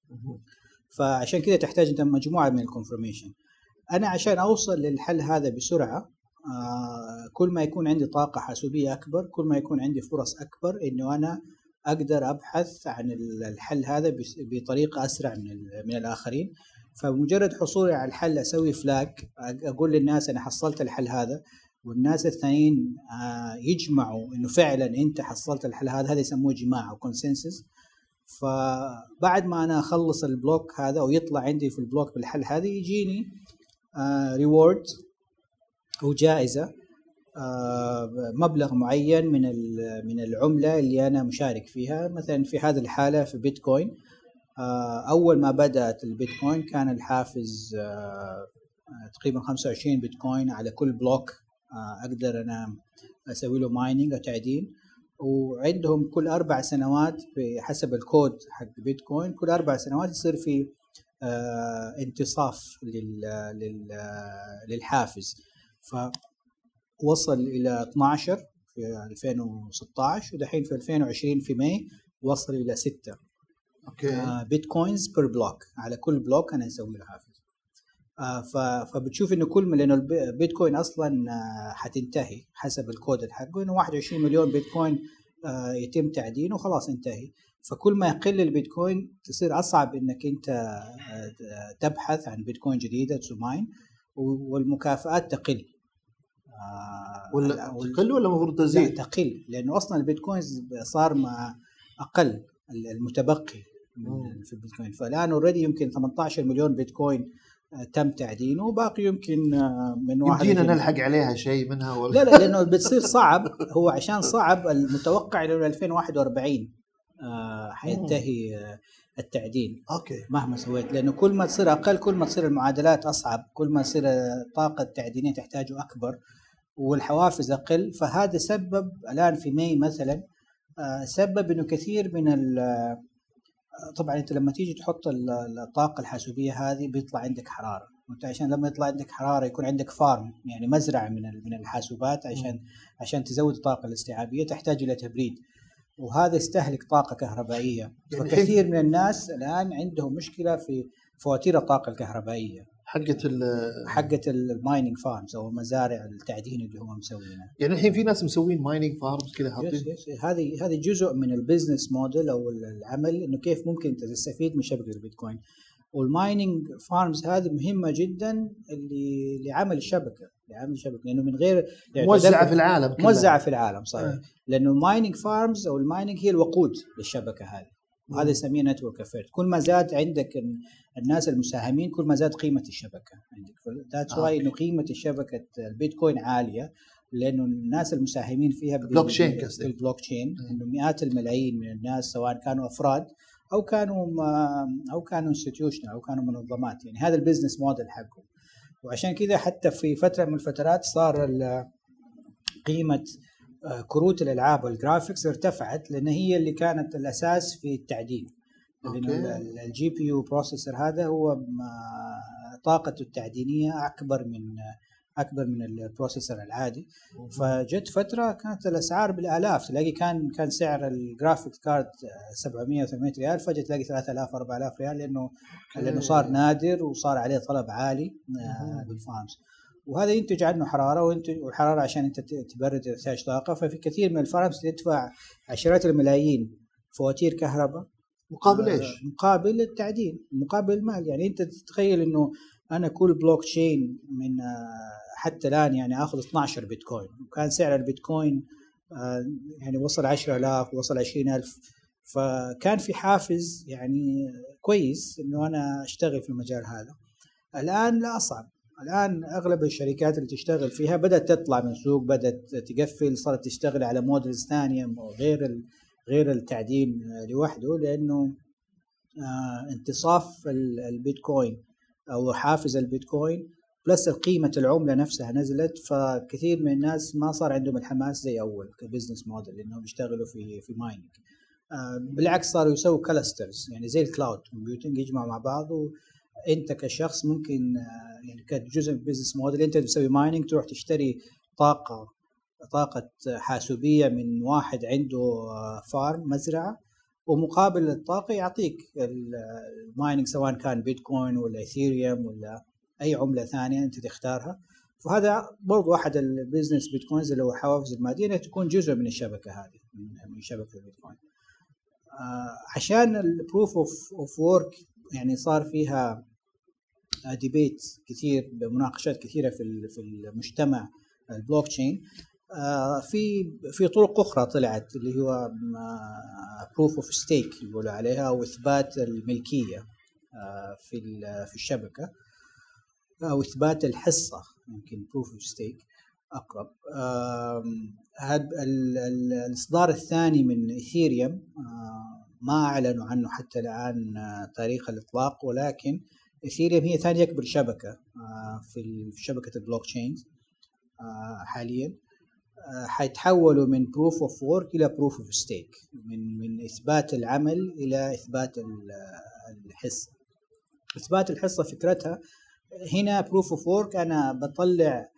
فعشان كده تحتاج أنت مجموعة من الكونفرميشن. أنا عشان أوصل للحل هذا بسرعة، كل ما يكون عندي طاقة حاسوبية أكبر كل ما يكون عندي فرص أكبر إنه أنا أقدر أبحث عن الحل هذا بطريقة أسرع من الآخرين. فمجرد حصولي على الحل أسوي فلاج، أقول للناس أنا حصلت الحل هذا، والناس الثانيين يجمعوا إنه فعلا أنت حصلت الحل هذا. هذا يسموه جماع أو كونسنسس. فبعد ما أنا أخلص البلوك هذا ويطلع عندي في البلوك بالحل هذا يجيني ريورد أو جائزة، مبلغ معين من العملة اللي أنا مشارك فيها. مثلا في هذه الحالة في بيتكوين، أول ما بدأت البيتكوين كان الحافز تقريبا 25 بيتكوين على كل بلوك أقدر أنا أسوي له مايننج أو تعدين. وعندهم كل 4 سنوات بحسب الكود حق بيتكوين كل 4 سنوات يصير في انتصاف للحافز. فوصل إلى 12 في 2016 ودحين في 2020 في ماي وصل إلى 6 بيتكوينز بير بلوك. على كل بلوك أنا أسوي له حافز. فبتشوف إنه كل ما لأنه البيتكوين أصلا حتنتهي حسب الكود حقه إنه 21 مليون بيتكوين يتم تعدينه وخلاص انتهي. فكل ما يقل البيتكوين تصير أصعب إنك أنت تبحث عن بيتكوين جديدة تسماين، والمكافآت تقل. تقل ولا المفروض تزيد؟ لا تقل، لأنه أصلا البيتكوينز صار مع أقل المتبقي في البيتكوين. فالآن اوريدي يمكن 18 مليون بيتكوين تم تعدينه وباقي يمكن من واحد يمكننا نلحق عليها شيء منها ولا لا لأنه بتصير صعب. هو عشان صعب المتوقع إنه 2041 حينتهي التعدين. مهما سويت، لأنه كل ما تصير أقل كل ما تصير المعادلات أصعب، كل ما تصير طاقة التعدينية تحتاجه أكبر والحوافز أقل. فهذا سبب الآن في ماي مثلا سبب إنه كثير من طبعا أنت لما تيجي تحط الطاقة الحاسوبية هذه بيطلع عندك حرارة. وأنت عشان لما يطلع عندك حرارة يكون عندك فارم يعني مزرعة من الحاسوبات عشان تزود الطاقة الاستيعابية تحتاج إلى تبريد، وهذا يستهلك طاقة كهربائية. يعني فكثير من الناس الآن عندهم مشكلة في فواتير الطاقة الكهربائية حقت المايننج فارمز أو مزارع التعدين اللي هم مسوينها. يعني الحين في ناس مسوين مايننج فارمز كذا حاطين. هذه جزء من البيزنس موديل أو العمل، إنه كيف ممكن تستفيد من شبكة البيتكوين. والمايننج فارمز هذه مهمة جدا لعمل الشبكة لأنه من غير يعني موزعة في العالم صحيح. لأنه المايننج فارمز أو المايننج هي الوقود للشبكة هذه، وهذا يسميه نتورك افكت. كل ما زاد عندك الناس المساهمين كل ما زاد قيمة الشبكة عندك. ذاتس واي إنه قيمة الشبكة البيتكوين عالية، لأنه الناس المساهمين فيها بالبلوك تشين إنه مئات الملايين من الناس سواء كانوا أفراد أو كانوا انستيتيوشنال أو كانوا منظمات. يعني هذا البيزنس موديل حقهم. وعشان كذا حتى في فترة من الفترات صار قيمة كروت الألعاب والجرافيكس ارتفعت، لأن هي اللي كانت الأساس في التعدين. لأنه الجي بي يو بروسيسور هذا هو طاقته التعدينية أكبر من البروسيسور العادي. فجت فترة كانت الأسعار بالآلاف، تلاقي كان سعر الجرافيكس كارد 700 800 ريال، فجأة تلاقي 3000 4000 ريال لأنه صار نادر وصار عليه طلب عالي بالفارمز. وهذا ينتج عنه حرارة، والحرارة عشان أنت تبرد تحتاج طاقة. ففي كثير من الفارمز تدفع عشرات الملايين فواتير كهرباء مقابل ايش؟ مقابل التعدين، مقابل المال. يعني انت تتخيل انه انا كل بلوك تشين من حتى الان يعني اخذ 12 بيتكوين، وكان سعر البيتكوين يعني وصل 10,000 وصل 20,000، فكان في حافز يعني كويس انه انا اشتغل في المجال هذا. الان لا، اصعب. الان اغلب الشركات اللي تشتغل فيها بدات تطلع من السوق، بدات تقفل، صارت تشتغل على موديلز ثانيه غير التعدين لوحده، لانه انتصاف البيتكوين او حافز البيتكوين بلس قيمه العمله نفسها نزلت، فكثير من الناس ما صار عندهم الحماس زي اول كبزنس موديل انهم يشتغلوا في مايننج. بالعكس صاروا يسووا كلاسترز، يعني زي الكلاود كومبيوتنج، يجمعوا مع بعض. وانت كشخص ممكن يعني كجزء من البزنس موديل انت تسوي مايننج، تروح تشتري طاقه حاسوبيه من واحد عنده فارم مزرعه، ومقابل الطاقه يعطيك المايننج سواء كان بيتكوين ولا ايثيريوم ولا اي عمله ثانيه انت تختارها. فهذا برضو احد البيزنس بيتكوينز اللي هو حوافز الماديه، انها تكون جزء من الشبكه هذه، من شبكه البيتكوين. عشان البروف اوف وورك يعني صار فيها ديبيت كثير، بمناقشات كثيره في المجتمع البلوك تشين. في طرق اخرى طلعت اللي هو بروف اوف ستيك يقولوا عليها، او اثبات الملكيه في الشبكه، او اثبات الحصه، يمكن بروف اوف ستيك اقرب. هذا الاصدار الثاني من ايثيريوم ما اعلنوا عنه حتى الان تاريخ الاطلاق، ولكن ايثيريوم هي ثاني اكبر شبكه في شبكه البلوك تشينز حاليا. حيتحولوا من بروف اوف وورك الى بروف اوف ستيك، من اثبات العمل الى اثبات الحصه. اثبات الحصه فكرتها هنا بروف اوف وورك، انا بطلع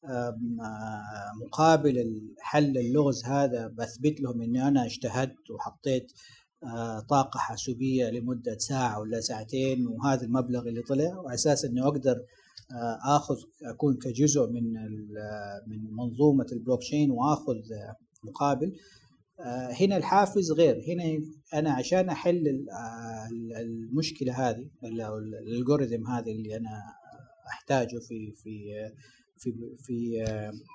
مقابل حل اللغز هذا، بثبت لهم اني انا اجتهدت وحطيت طاقه حاسوبيه لمده ساعه ولا ساعتين، وهذا المبلغ اللي طلع، واساس انه اقدر اكون كجزء من منظومه البلوك تشين واخذ مقابل. هنا الحافز غير. هنا انا عشان احل المشكله هذه، الالجوريثم هذا اللي انا احتاجه في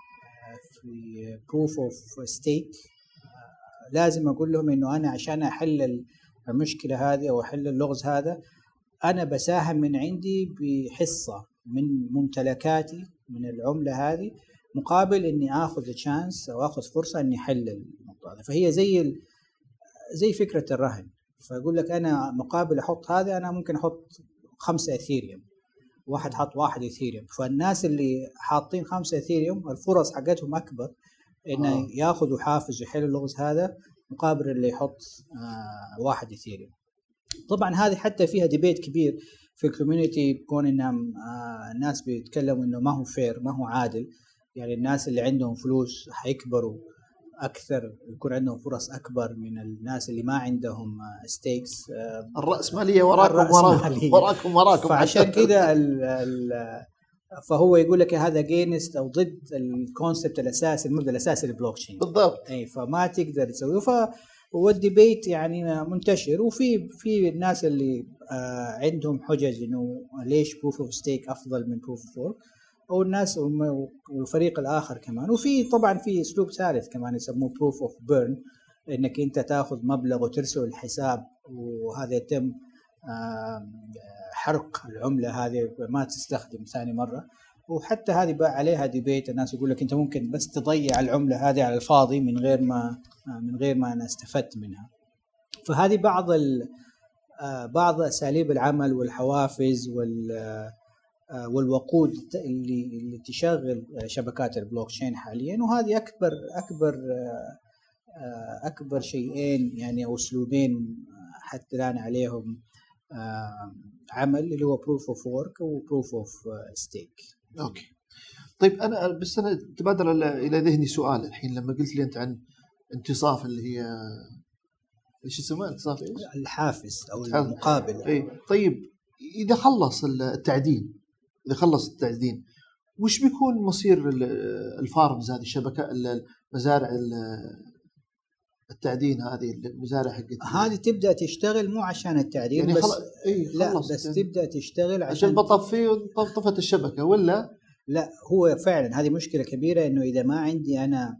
proof of stake، لازم اقول لهم انه انا عشان احل المشكله هذه او احل اللغز هذا، انا بساهم من عندي بحصه من ممتلكاتي من العمله هذه، مقابل اني اخذ تشانس او اخذ فرصه اني احل الموضوع هذا. فهي زي فكره الرهن. فاقول لك انا مقابل احط هذا، انا ممكن احط 5 اثيريوم، واحد حط 1 اثيريوم، فالناس اللي حاطين 5 اثيريوم الفرص حقتهم اكبر انه ياخذوا حافز ويحلوا اللغز هذا مقابل اللي يحط 1 اثيريوم. طبعا هذه حتى فيها ديبيت كبير في الكوميونتي، بكون ان الناس بيتكلموا انه ما هو فير، ما هو عادل. يعني الناس اللي عندهم فلوس حيكبروا اكثر، يكون عندهم فرص اكبر من الناس اللي ما عندهم ستيكس. الرأسمالية وراكم. فعشان كذا فهو يقول لك هذا جينست او ضد الكونسبت الاساسي، المبدا الاساسي للبلوك تشين بالضبط. اي، فما تقدر تسويه. والديبيت يعني منتشر، وفي الناس اللي عندهم حجج انه ليش بروف اوف ستيك افضل من بروف اوف وورك، او الناس والفريق الاخر كمان. وفي طبعا في اسلوب ثالث كمان يسموه بروف اوف بيرن، انك انت تاخذ مبلغ وترسل الحساب، وهذا يتم حرق العمله هذه ما تستخدم ثاني مره. وحتى هذه بقى عليها ديبيت، الناس يقول لك انت ممكن بس تضيع العمله هذه على الفاضي من غير ما انا استفدت منها. فهذه بعض اساليب العمل والحوافز والوقود اللي تشغل شبكات البلوك تشين حاليا. وهذه اكبر شيئين يعني او اسلوبين حتى الان عليهم عمل، اللي هو proof of work و proof of stake. اوكي طيب، انا تبادر الى ذهني سؤال الحين لما قلت لي انت عن انتصاف، اللي هي ايش اسمها، انتصاف ايش؟ الحافز او المقابل. اي طيب، اذا خلص التعدين، وش بيكون مصير الفارمز هذه، الشبكه، المزارع التعدين هذه المزارع حقتي هذه تبدا تشتغل مو عشان التعدين يعني بس لا بس يعني تبدا تشتغل عشان بطفي وطفت الشبكه ولا لا. هو فعلا هذه مشكله كبيره، انه اذا ما عندي انا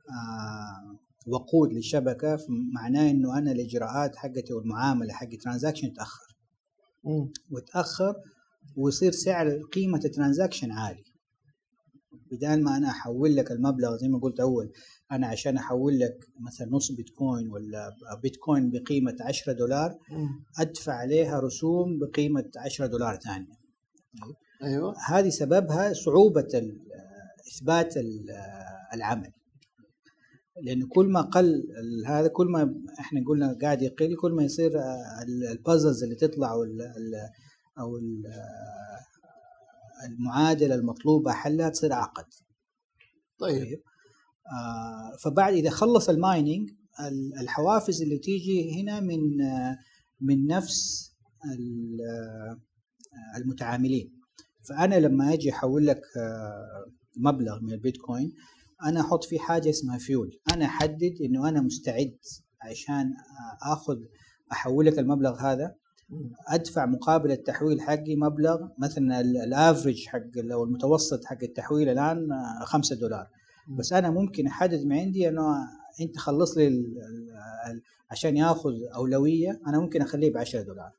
وقود للشبكه معناه انه انا الاجراءات حقتي والمعامله حق ترانزاكشن وتاخر ويصير سعر قيمه الترانزاكشن عالي. بدال ما انا احول لك المبلغ زي ما قلت اول، انا عشان احول لك مثلا نص بيتكوين ولا بيتكوين بقيمه $10 ادفع عليها رسوم بقيمه $10 ثانيه. ايوه هذه سببها صعوبه اثبات العمل، لأنه كل ما قل هذا كل ما احنا قلنا قاعد يقل، كل ما يصير البازلز اللي تطلع أو المعادلة المطلوبة حلها تصير أعقد. طيب فبعد إذا خلص المايننج الحوافز اللي تيجي هنا من نفس المتعاملين. فأنا لما أجي أحول لك مبلغ من البيتكوين أنا أحط فيه حاجة اسمها فيول، أنا أحدد إنه أنا مستعد عشان أحول لك المبلغ هذا أدفع مقابل التحويل حقي مبلغ مثلا الافريج حق أو المتوسط حق التحويل الآن $5، بس أنا ممكن أحدد من عندي إنه أنت خلص لي عشان يأخذ أولوية أنا ممكن أخليه $10.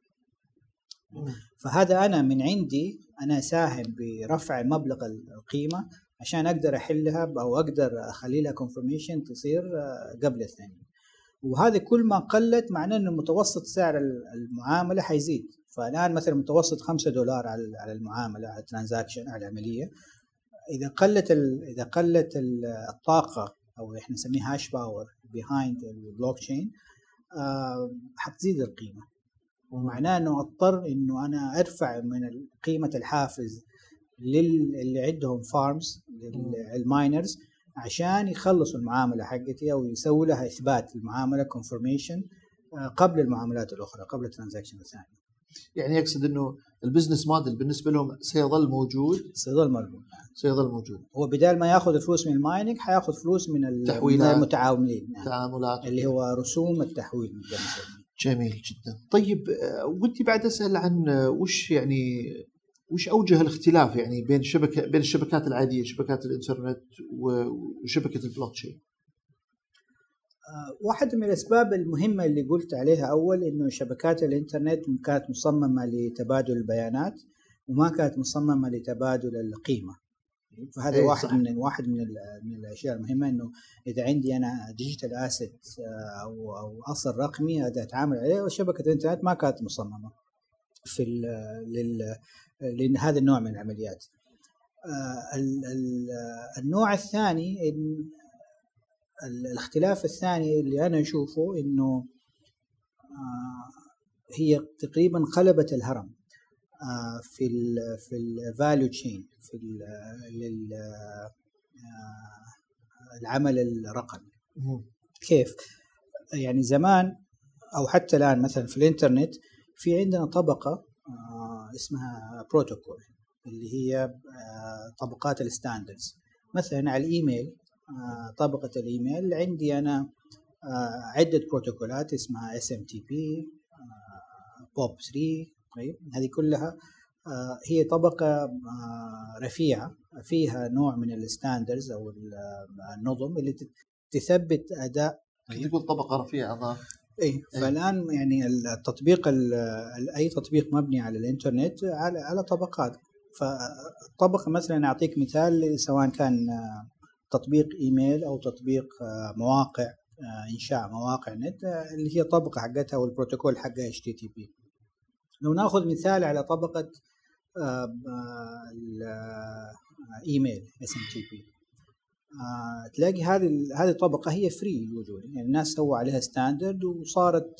فهذا أنا من عندي أنا ساهم برفع مبلغ القيمة عشان أقدر أحلها أو أقدر أخلي لها confirmation تصير قبل الثانية. وهذا كل ما قلت معناه أن متوسط سعر المعاملة حيزيد. فالآن مثلا متوسط $5 على المعاملة على الترانزاكشن على العملية. إذا قلت الطاقة أو إحنا نسميها هاش باور behind البلوك تشين حتزيد القيمة، ومعناه أنه أضطر أنه أنا أرفع من قيمة الحافز للي عندهم فارمز للماينرز عشان يخلصوا المعاملة حقتي أو يسوي لها إثبات المعاملة confirmation قبل المعاملات الأخرى قبل الترانزاكشن الثاني. يعني يقصد إنه البزنس موديل بالنسبة لهم سيظل موجود. هو بدال ما يأخذ الفلوس من المايننج حيأخذ فلوس من المتعاملين تعاملات اللي هو رسوم التحويل. جميل جدا. طيب ودي بعد أسأل عن وش أوجه الاختلاف يعني بين الشبكات العادية شبكات الإنترنت وشبكة البلوكتشين؟ واحد من الأسباب المهمة اللي قلت عليها أول إنه شبكات الإنترنت كانت مصممة لتبادل البيانات وما كانت مصممة لتبادل القيمة. فهذا واحد من الأشياء المهمة، إنه إذا عندي أنا ديجيتال أسيت أو أصل رقمي هذا أتعامل عليه، وشبكة الإنترنت ما كانت مصممة لأن هذا النوع من العمليات. النوع الثاني الاختلاف الثاني اللي أنا أشوفه إنه هي تقريبا قلبت الهرم في الفاليو تشين في العمل الرقمي. كيف؟ يعني زمان أو حتى الآن مثلا في الإنترنت في عندنا طبقة اسمها بروتوكول اللي هي طبقات الستاندردز. مثلا على الإيميل طبقة الإيميل عندي أنا عدة بروتوكولات اسمها SMTP POP3. طيب هذه كلها هي طبقة رفيعة فيها نوع من الستاندردز أو النظم اللي تثبت أداء. تقول طبقة رفيعة إيه. فالآن يعني التطبيق أي تطبيق مبني على الإنترنت على طبقات. فطبقة مثلا أعطيك مثال، سواء كان تطبيق إيميل أو تطبيق مواقع إنشاء مواقع نت اللي هي طبقة حقتها والبروتوكول حقها HTTP. لو نأخذ مثال على طبقة الإيميل SMTP تلاقي هذه الطبقة هي فري الوجود، يعني الناس سووا عليها ستاندرد وصارت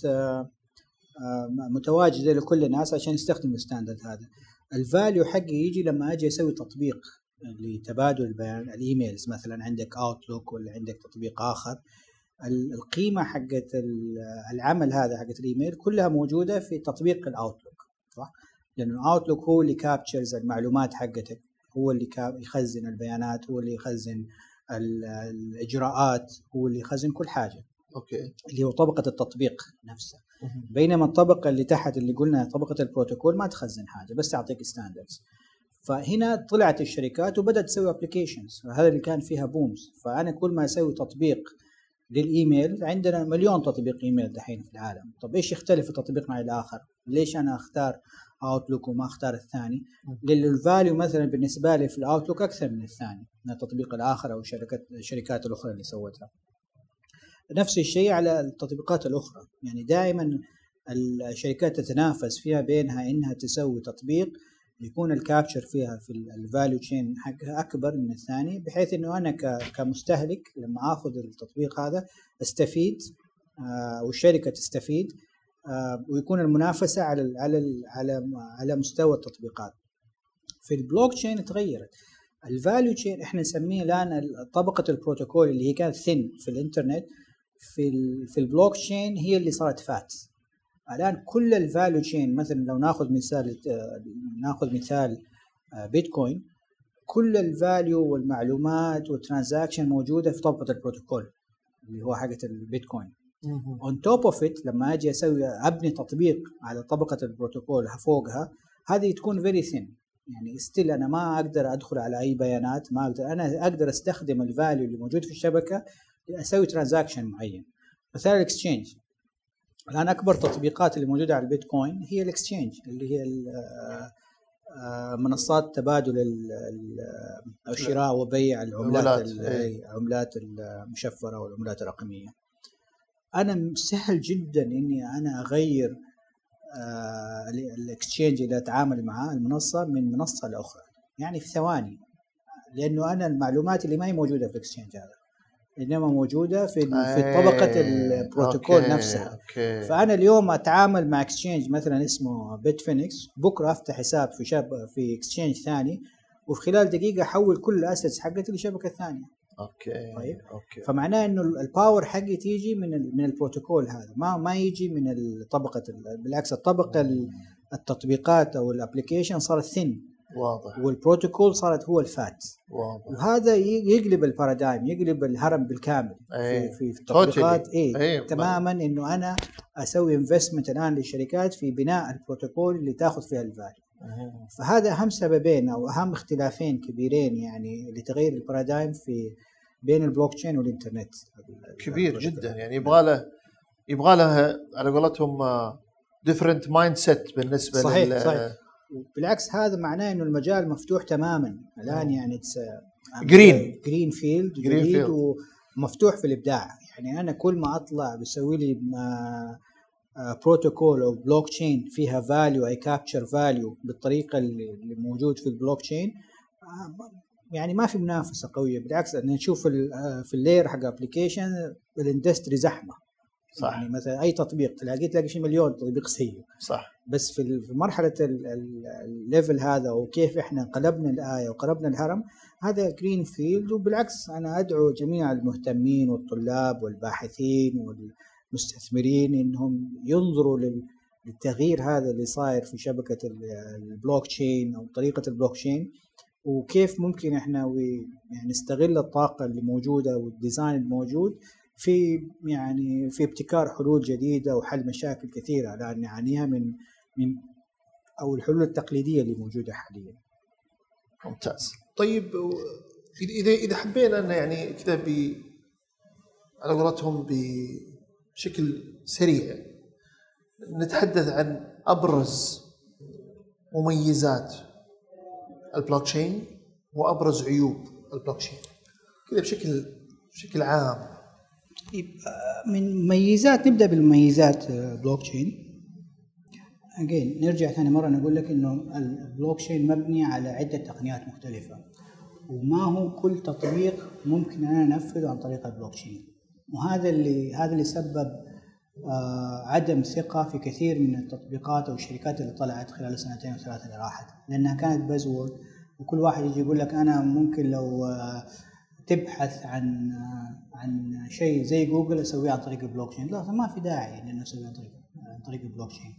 متواجدة لكل الناس عشان يستخدموا الستاندرد هذا. الفاليو حقي يجي لما أجي أسوي تطبيق لتبادل البيانات الإيميلز، مثلا عندك أوتلوك ولا عندك تطبيق آخر، القيمة حقت العمل هذا حقت الإيميل كلها موجودة في تطبيق الأوتلوك، صح؟ لأن الأوتلوك هو اللي كابتشرز المعلومات حقتك، هو اللي يخزن البيانات، هو اللي يخزن الإجراءات، هو اللي يخزن كل حاجة. اوكي. اللي هو طبقة التطبيق نفسها. بينما الطبقة اللي تحت اللي قلنا طبقة البروتوكول ما تخزن حاجة، بس تعطيك ستاندردز. فهنا طلعت الشركات وبدأت تسوي ابلكيشنز، وهذا اللي كان فيها بومز. فأنا كل ما أسوي تطبيق للإيميل، عندنا مليون تطبيق إيميل دحين في العالم. طب إيش يختلف التطبيق عن الآخر؟ ليش أنا أختار أوتلوك وما أختار الثاني؟ لأن الفاليو مثلا بالنسبة لي في الأوتلوك أكثر من الثاني، من التطبيق الآخر أو الشركات الأخرى اللي سوتها. نفس الشيء على التطبيقات الأخرى. يعني دائما الشركات تتنافس فيها بينها إنها تسوي تطبيق يكون الكابتشر فيها في الفاليو تشين حقها أكبر من الثاني، بحيث إنه أنا كمستهلك لما أخذ التطبيق هذا استفيد، والشركة تستفيد، ويكون المنافسة على مستوى التطبيقات. في البلوك تشين تغيرت الفاليو تشين. احنا نسميه الآن طبقة البروتوكول اللي هي كانت ثين في الإنترنت، في البلوك تشين هي اللي صارت فات. الآن كل الفاليو تشين، مثلا لو ناخذ مثال بيتكوين، كل الفاليو والمعلومات والترانزاكشن موجودة في طبقة البروتوكول اللي هو حقة البيتكوين. on top of it لما أجي أبني تطبيق على طبقة البروتوكول فوقها، هذه تكون very thin. يعني still أنا ما أقدر أدخل على أي بيانات، أنا أقدر أستخدم الفاليو اللي موجود في الشبكة لأسوي ترانزاكشن معين. مثلا الاكسشينج، الآن أكبر تطبيقات اللي موجودة على البيتكوين هي الاكسشينج، اللي هي منصات تبادل الشراء وبيع العملات المشفرة والعملات الرقمية. أنا سهل جدا إني أنا أغير الاكسشينج اللي أتعامل معاه المنصة من منصة لأخرى، يعني في ثواني، لأنه أنا المعلومات اللي ما هي موجودة في الاكسشينج هذا إنما موجودة في طبقة البروتوكول نفسها. فأنا اليوم أتعامل مع اكسشينج مثلا اسمه بيتفينكس، بكرة أفتح حساب في اكسشينج ثاني، وفي خلال دقيقة أحول كل الأسيتس حقتي لشبكة ثانية. طيب. فمعناه إنه الباور حقي تيجي من البروتوكول هذا، ما يجي من الطبقة. بالعكس، الطبقة التطبيقات أو الابليكيشن صارت ثين، واضح، والبروتوكول صارت هو الفات، واضح. وهذا يقلب البارادايم، يقلب الهرم بالكامل في التطبيقات. تماما، انه انا اسوي انفستمنت الان للشركات في بناء البروتوكول اللي تاخذ فيها الفاليو. فهذا اهم سببين او اهم اختلافين كبيرين يعني لتغيير البارادايم بين البلوك تشين والانترنت. كبير جدا، يعني يبغى له على قولتهم different mindset بالنسبه. صحيح. بالعكس، هذا معناه انه المجال مفتوح تماما الان. يعني جرين فيلد جديد ومفتوح في الابداع. يعني انا كل ما اطلع بسوي لي بروتوكول او بلوك تشين فيها فاليو، اي كابتشر فاليو بالطريقه اللي موجود في البلوك تشين، يعني ما في منافسه قويه. بالعكس، ان نشوف في اللير حق ابلكيشن الاندستري زحمه. صح. يعني مثلا اي تطبيق تلاقي في مليون تطبيق سيء. صح. بس في مرحله الليفل هذا، وكيف احنا قلبنا الايه وقلبنا الهرم، هذا جرين فيلد. وبالعكس انا ادعو جميع المهتمين والطلاب والباحثين والمستثمرين انهم ينظروا للتغيير هذا اللي صاير في شبكه البلوك تشين او طريقه البلوك تشين، وكيف ممكن احنا يعني نستغل الطاقه اللي موجوده والديزاين الموجود في ابتكار حلول جديدة وحل مشاكل كثيرة الآن نعانيها من أو الحلول التقليدية اللي موجودة حاليا. ممتاز. طيب، إذا حبينا أن يعني كذا على قولتهم بشكل سريع نتحدث عن أبرز مميزات البلوكشين وأبرز عيوب البلوكشين كذا بشكل عام. من مميزات، نبدأ بالمميزات بلوك تشين. نرجع ثاني مرة نقول لك إنه البلوك تشين مبني على عدة تقنيات مختلفة، وما هو كل تطبيق ممكن أنا أنفذه عن طريق البلوك تشين. وهذا اللي سبب عدم ثقة في كثير من التطبيقات أو الشركات اللي طلعت خلال السنتين وثلاثة اللي راحت، لأنها كانت بزورد، وكل واحد يجي يقول لك أنا ممكن لو تبحث عن شيء زي جوجل اسويه عن طريق البلوك تشين. لا، ما في داعي انه اسويه عن طريق البلوك تشين.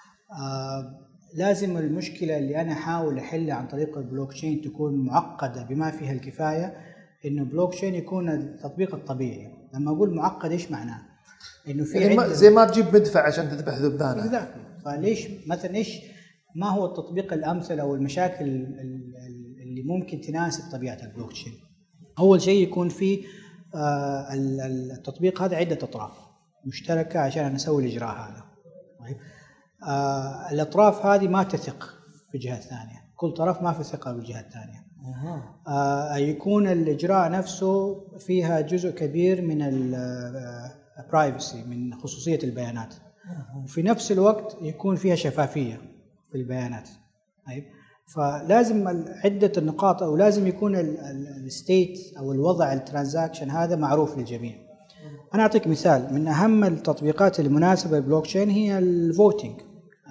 لازم المشكله اللي انا احاول احلها عن طريق البلوك تشين تكون معقده بما فيها الكفايه، انه بلوك تشين يكون التطبيق الطبيعي. لما اقول معقد ايش معناه؟ انه في يعني زي ما تجيب مدفع عشان تذبح ذبانه. فليش مثلا ايش ما هو التطبيق الامثل او المشاكل اللي ممكن تناسب طبيعه البلوك تشين؟ اول شيء يكون في التطبيق هذا عده اطراف مشتركه عشان نسوي الاجراء هذا. طيب الاطراف هذه ما تثق في الجهه الثانيه، كل طرف ما في ثقه بالجهه الثانيه. يكون الاجراء نفسه فيها جزء كبير من البرايفسي، من خصوصيه البيانات، وفي نفس الوقت يكون فيها شفافيه في البيانات. طيب فلازم عده النقاط، او لازم يكون الستيت او الوضع الترانزاكشن هذا معروف للجميع. انا اعطيك مثال من اهم التطبيقات المناسبه للبلوك تشين هي الفوتينج،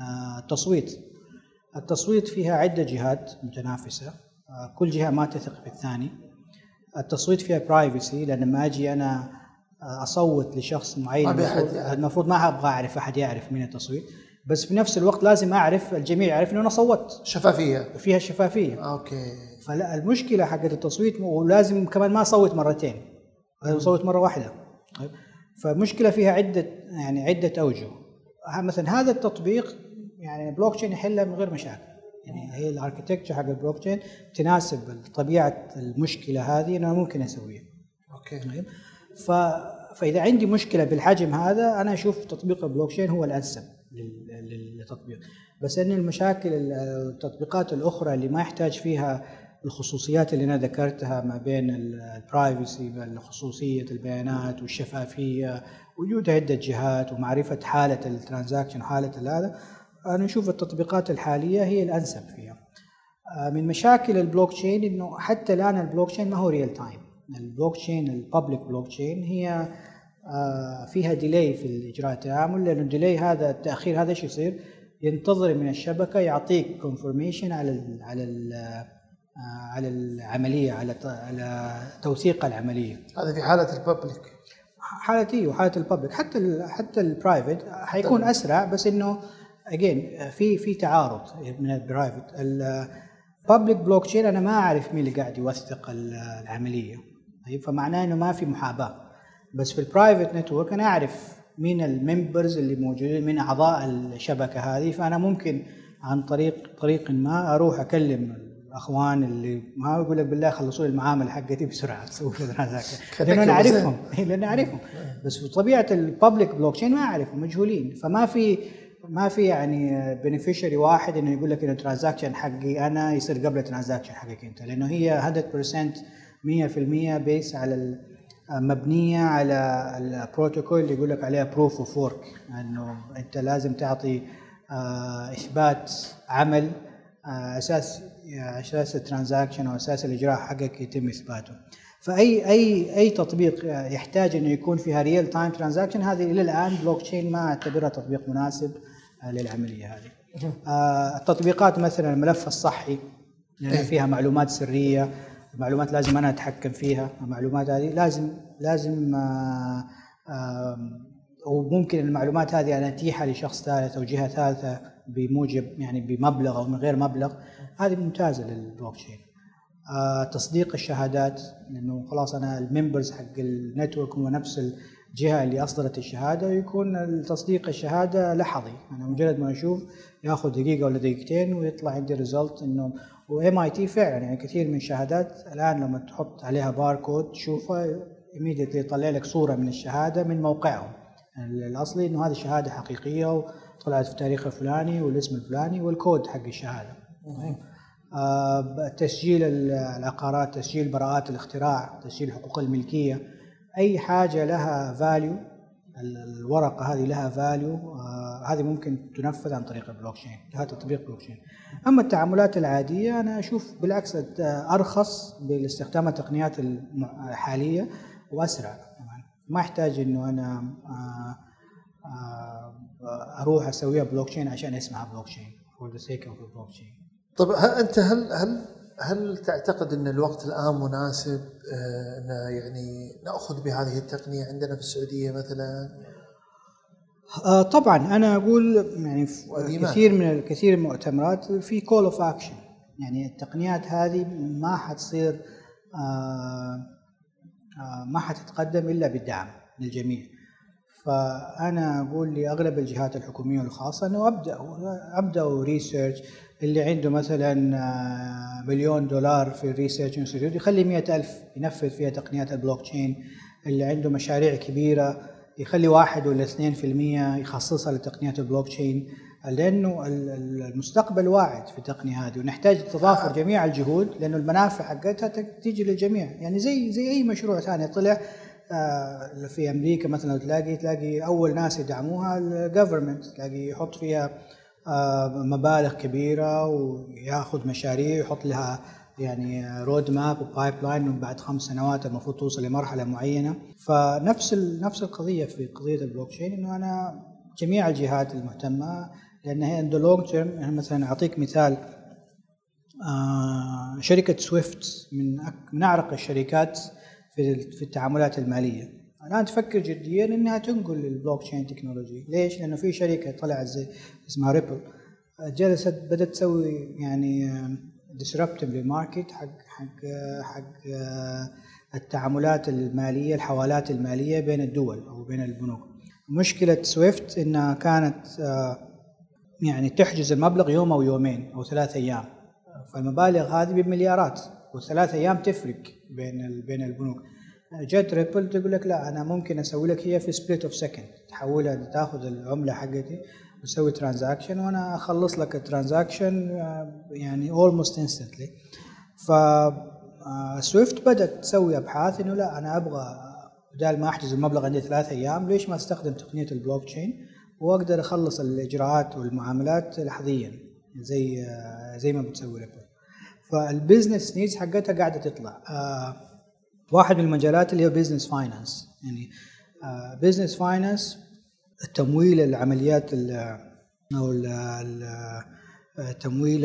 التصويت فيها عده جهات متنافسه، كل جهه ما تثق في الثاني. التصويت فيها برايفسي، لان لما اجي انا اصوت لشخص معين المفروض ما ابغى اعرف احد يعرف مين التصويت، بس في نفس الوقت لازم اعرف الجميع يعرف انه انا صوتت. شفافيه، فيها شفافيه. اوكي. فلا المشكله حقت التصويت، ولازم كمان ما اصوت مرتين، لازم اصوت مره واحده. طيب فمشكله فيها عده اوجه. مثلا هذا التطبيق يعني البلوك تشين يحلها من غير مشاكل، يعني هي الاركتكتشر حق البلوك تشين تناسب طبيعه المشكله هذه، انا ممكن اسويها. اوكي. طيب فاذا عندي مشكله بالحجم هذا، انا اشوف تطبيق البلوك تشين هو الانسب للتطبيق. بس ان المشاكل التطبيقات الاخرى اللي ما يحتاج فيها الخصوصيات اللي انا ذكرتها ما بين البرايفسي، خصوصيه البيانات والشفافيه، وجود عده جهات ومعرفه حاله الترانزاكشن وحاله هذا، انا اشوف التطبيقات الحاليه هي الانسب فيها. من مشاكل البلوك تشين انه حتى الان البلوك تشين ما هو ريال تايم. البلوك تشين الببليك بلوك تشين هي فيها ديلي في اجراء التعامل، لانه الديلي هذا التاخير هذا ايش يصير؟ ينتظر من الشبكه يعطيك كونفرميشن على العمليه، على توثيق العمليه. هذا في حاله الببليك. حالتي وحاله الببليك، حتى البرايفت حيكون اسرع، بس انه اجين في تعارض من البرايفت. الببليك بلوك تشين انا ما اعرف مين اللي قاعد يوثق العمليه، طيب فمعناه انه ما في محاباه. بس في البرايفت نتورك انا اعرف مين الممبرز اللي موجودين، من اعضاء الشبكه هذه، فانا ممكن عن طريق ما اروح اكلم الاخوان اللي ما يقول لك بالله خلصوا لي المعامله حقتي بسرعه، اسوي لي ترانزاكشن لانه انا اعرفهم. لان اعرفهم. بس في طبيعه الببليك بلوك تشين ما اعرفهم، مجهولين، فما في يعني بنفيشري واحد انه يقول لك انه الترانزاكشن حقي انا يصير قبل الترانزاكشن حقك انت، لانه هي 100% بيس على مبنيه على البروتوكول اللي يقول لك عليها بروف اوف ورك، انه انت لازم تعطي اثبات عمل اساس الترانزاكشن او اساس الاجراء حقك يتم اثباته. فاي تطبيق يحتاج انه يكون فيها ريال تايم ترانزاكشن، هذه الى الان بلوك تشين ما اعتبرها تطبيق مناسب للعمليه هذه. التطبيقات مثلا الملف الصحي، لان فيها معلومات سريه، المعلومات لازم انا اتحكم فيها، المعلومات هذه لازم وممكن المعلومات هذه انا اتيحها لشخص ثالث او جهه ثالثه بموجب يعني بمبلغ او من غير مبلغ، هذه ممتازه للبلوك تشين. تصديق الشهادات، لانه خلاص انا الممبرز حق النتورك هو نفس الجهه اللي اصدرت الشهاده، ويكون تصديق الشهاده لحظي، انا مجرد ما اشوف ياخذ دقيقه ولا دقيقتين ويطلع عندي ريزلت. انه وMIT فعلا يعني كثير من الشهادات الان لما تحط عليها باركود تشوفها immediately يطلع لك صوره من الشهاده من موقعهم الاصلي، انه هذه الشهاده حقيقيه وطلعت في التاريخ الفلاني والاسم الفلاني والكود حق الشهاده. تسجيل العقارات، تسجيل براءات الاختراع، تسجيل حقوق الملكيه، اي حاجه لها فاليو، الورقه هذه لها فاليو، هذه ممكن تنفذ عن طريق البلوك تشين، هذا تطبيق بلوك تشين. اما التعاملات العاديه انا اشوف بالعكس ارخص باستخدام التقنيات الحاليه واسرع، ما يحتاج انه انا اروح اسويها بلوك تشين عشان اسمها بلوك تشين for the sake of the بلوك تشين. طب انت هل تعتقد ان الوقت الان مناسب ان يعني ناخذ بهذه التقنيه عندنا في السعوديه مثلا؟ طبعا انا اقول يعني في كثير من المؤتمرات في كول اوف اكشن، يعني التقنيات هذه ما حتصير ما حتتقدم الا بالدعم للجميع. فأنا أقول لأغلب الجهات الحكومية والخاصة أنه أبدأوا ريسيرش. اللي عنده مثلا $1 مليون في الريسيرش انستيتيوت يخلي 100,000 ينفذ فيها تقنيات البلوك تشين. اللي عنده مشاريع كبيرة يخلي 1 ولا 2% يخصصها لتقنيات البلوك تشين، لأنه المستقبل واعد في التقنية هذه، ونحتاج تضافر جميع الجهود، لأنه المنافع حقتها تيجي للجميع. يعني زي أي مشروع ثاني طلع في أمريكا مثلا، تلاقي أول ناس يدعموها الجوفرمنت، تلاقي يحط فيها مبالغ كبيرة وياخذ مشاريع ويحط لها يعني رود ماب وبايب لاين، وبعد 5 سنوات المفروض توصل لمرحلة معينة. فنفس القضية في قضية البلوك تشين، إنه أنا جميع الجهات المهتمة، لأن هي عند لونج تيرم. مثلا أعطيك مثال، شركة سويفت من أعرق الشركات في التعاملات المالية. الآن تفكر جديا إنها تنقل البلوك تشين تكنولوجي. ليش؟ لأنه في شركة طلعت زي اسمها ريبل، جلست بدأت تسوي يعني disruptive للماركت حق التعاملات المالية، الحوالات المالية بين الدول أو بين البنوك. مشكلة سويفت إنها كانت يعني تحجز المبلغ يوم أو يومين أو 3 أيام، فالمبالغ هذه بالمليارات، و3 أيام تفرق بين البنوك. جت ريبل تقول لك لا، أنا ممكن أسوي لك هي في سبليت اوف سكند، تحولها تاخذ العملة حقتي وتسوي ترانزاكشن، وأنا أخلص لك الترانزاكشن يعني almost instantly. فسويفت بدأت تسوي أبحاث إنه لا، أنا أبغى بدال ما أحجز المبلغ عندي 3 أيام، ليش ما أستخدم تقنية البلوك تشين وأقدر أخلص الإجراءات والمعاملات لحظيا زي ما بتسوي ريبل. فالبيزنس نيدز حقتها قاعدة تطلع. واحد من المجالات اللي هو بيزنس فاينانس، يعني بيزنس فاينانس التمويل العمليات أو تمويل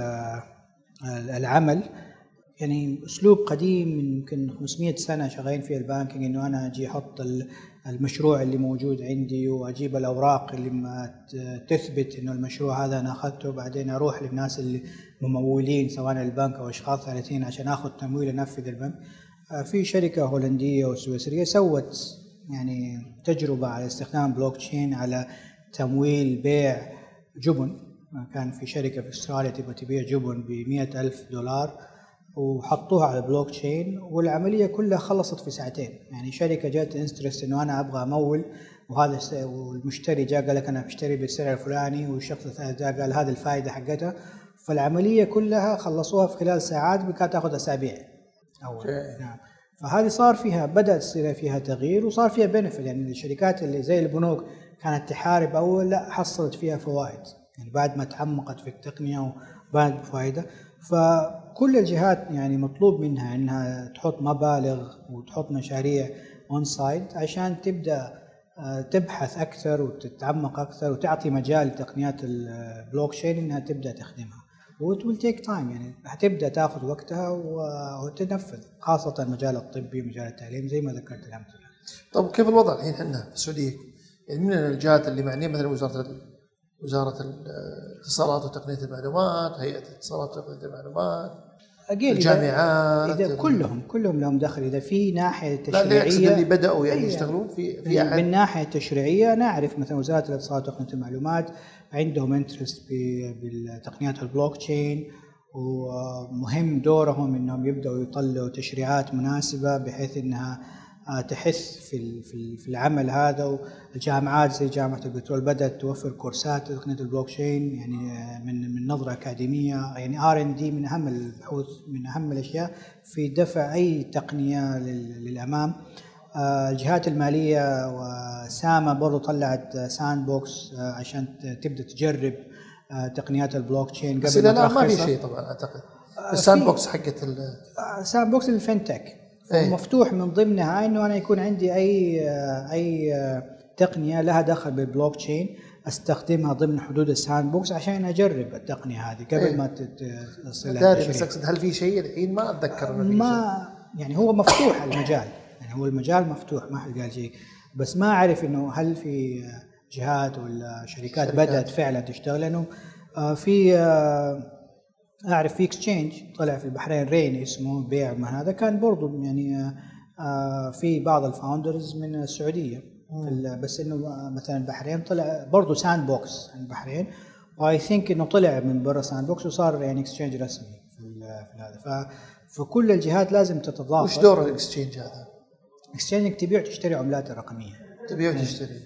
العمل. يعني أسلوب قديم من يمكن 500 سنة شغالين في البانكينج، إنه أنا أجي أحط المشروع اللي موجود عندي وأجيب الأوراق اللي ما تثبت إنه المشروع هذا أنا أخذته، بعدين أروح للناس اللي ممولين سواء البنك أو أشخاص ثالثين عشان أخذ تمويل أنفذ البنك. في شركة هولندية وسويسرية سوت يعني تجربة على استخدام بلوك تشين على تمويل بيع جبن. كان في شركة في استراليا تبغى تبيع جبن $100,000 وحطوها على بلوك تشين، والعملية كلها خلصت في 2 ساعتين. يعني شركة جات انسترست إنه أنا أبغى أمول، وهذا والمشتري جاء قال لك أنا بشتري بالسعر الفلاني، والشخص الثالث جاء قال هذه الفائدة حقتها. فالعملية كلها خلصوها في خلال ساعات، كانت تأخذ أسابيع أول. نعم. فهذه صار فيها بدأت تصير فيها تغيير، وصار فيها بنفيت. يعني الشركات اللي زي البنوك كانت تحارب أول، لا حصلت فيها فوائد يعني بعد ما تعمقت في التقنية وبعد فائدة. فكل الجهات يعني مطلوب منها إنها تحط مبالغ وتحط مشاريع اون سايت عشان تبدأ تبحث أكثر وتتعمق أكثر وتعطي مجال لتقنيات البلوك تشين إنها تبدأ تخدمها. وit will take time، يعني هتبدأ تأخذ وقتها وتنفذ، خاصة المجال الطبي ومجال التعليم زي ما ذكرت الأمثلة. طب كيف الوضع الحين احنا في السعودية؟ يعني من الجهات اللي معنية مثلا وزارة الاتصالات وتقنية المعلومات، هيئة الاتصالات وتقنية المعلومات، الجامعات، إذا كلهم لهم دخل. إذا في ناحية تشريعية، لا يقصد اللي بدأوا يعني يشتغلون في أحد من ناحية تشريعية. نعرف مثلا وزارة الاتصالات وتقنية المعلومات عندهم انترست بالتقنيات البلوك تشين، ومهم دورهم انهم يبداوا يطلعوا تشريعات مناسبة بحيث انها تحث في العمل هذا. والجامعات زي جامعة البترول بدأت توفر كورسات تقنية البلوك تشين، يعني من نظرة أكاديمية. يعني R&D من أهم البحوث، من أهم الأشياء في دفع أي تقنية للأمام. الجهات المالية وسامة برضو طلعت ساند بوكس عشان تبدأ تجرب تقنيات البلوك تشين قبل ما ترخصها. ما في شيء طبعا أعتقد. الساند بوكس حقت الساند بوكس الفنتك مفتوح من ضمنها إنه أنا يكون عندي أي تقنية لها دخل بالبلوك تشين استخدمها ضمن حدود الساند بوكس عشان أجرب التقنية هذه قبل ما تصل للتشريع. هل في شيء الحين ما أتذكر ما يعني هو مفتوح المجال، يعني هو المجال مفتوح ما حد قال شيء، بس ما أعرف إنه هل في جهات ولا شركات بدأت فعلا تشتغل. لأنه في أعرف في اكسشينج طلع في البحرين رين اسمه بيع، ما هذا كان برضو يعني في بعض الفاوندرز من السعودية بس انه مثلا البحرين طلع برضه ساند بوكس عن البحرين، واي ثينك انه طلع من برا ساند بوكس وصار يعني اكسشينج رسمي في هذا. فكل الجهات لازم تتضافر. وش دور الاكسشينج هذا؟ اكسشينج انك تبيع وتشتري عملات رقميه. تبيع وتشتري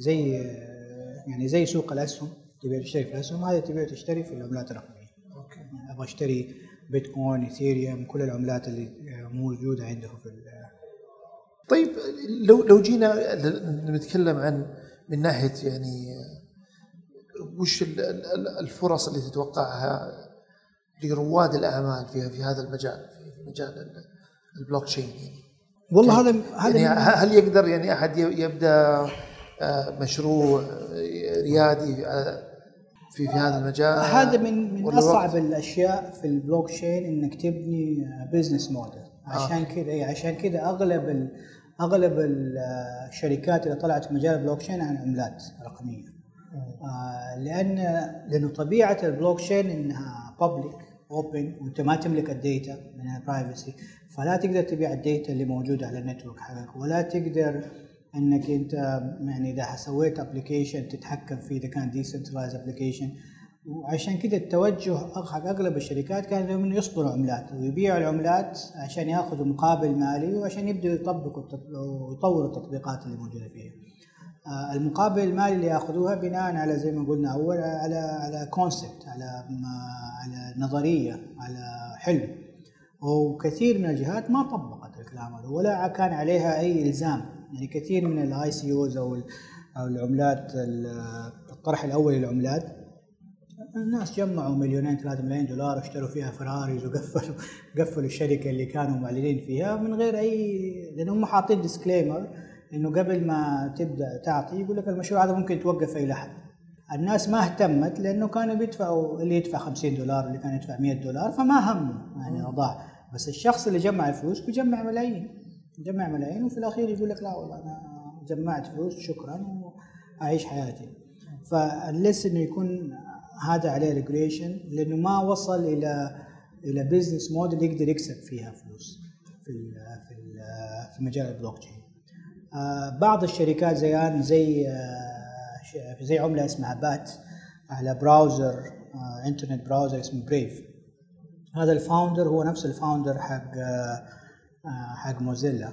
زي سوق الاسهم، تبيع وتشتري في الاسهم، هذا تبيع وتشتري في العملات الرقميه. اوكي. يعني ابغى اشتري بيتكوين، ايثيريوم، كل العملات اللي موجوده عنده في طيب لو جينا نتكلم عن من ناحيه يعني وش الفرص اللي تتوقعها لرواد الاعمال في هذا المجال، في مجال البلوك تشين يعني؟ والله هذا يعني هل يقدر يعني احد يبدا مشروع ريادي في هذا المجال؟ هذا من اصعب الاشياء في البلوك تشين، انك تبني بزنس موديل. عشان كذا اغلب الشركات اللي طلعت في مجال البلوك تشين عن عملات رقميه. لانه طبيعه البلوك تشين انها بابليك اوبن، وانت ما تملك الداتا من البرايفسي، فلا تقدر تبيع الداتا اللي موجوده على النتورك حقك، ولا تقدر انك انت يعني اذا سويت ابلكيشن تتحكم فيه اذا كان ديسنترلايز ابلكيشن. وعشان كده التوجه حق اغلب الشركات كان انه يصدروا عملات ويبيعوا العملات عشان ياخذوا مقابل مالي، وعشان يبداوا يطبقوا ويطوروا التطبيقات اللي موجوده فيها. المقابل المالي اللي ياخذوها بناء على زي ما قلنا اول على كونسبت، على نظريه، على حلم. وكثير من الجهات ما طبقت الكلام هذا ولا كان عليها اي الزام. يعني كثير من الاي سي اوز او العملات، الطرح الاول للعملات، الناس جمعوا $2-3 مليون واشتروا فيها فراريز وقفلوا الشركه اللي كانوا معلنين فيها من غير اي، لانهم حاطين ديسكليمر انه قبل ما تبدا تعطي يقول لك المشروع هذا ممكن يتوقف اي لحظه. الناس ما اهتمت لانه كانوا بيدفعوا، اللي يدفع $50 واللي كان يدفع $100، فما همه يعني ضاع. بس الشخص اللي جمع الفلوس بيجمع ملايين وفي الاخير يقول لك لا والله انا جمعت فلوس شكرا واعيش حياتي. فالليس انه يكون هذا عليه ريجوليشن، لانه ما وصل الى بزنس موديل يقدر يكسب فيها فلوس في مجال البلوك تشين. بعض الشركات زي عمله اسمها بات على براوزر، انترنت براوزر اسمه بريف. هذا الفاوندر هو نفس الفاوندر حق موزيلا،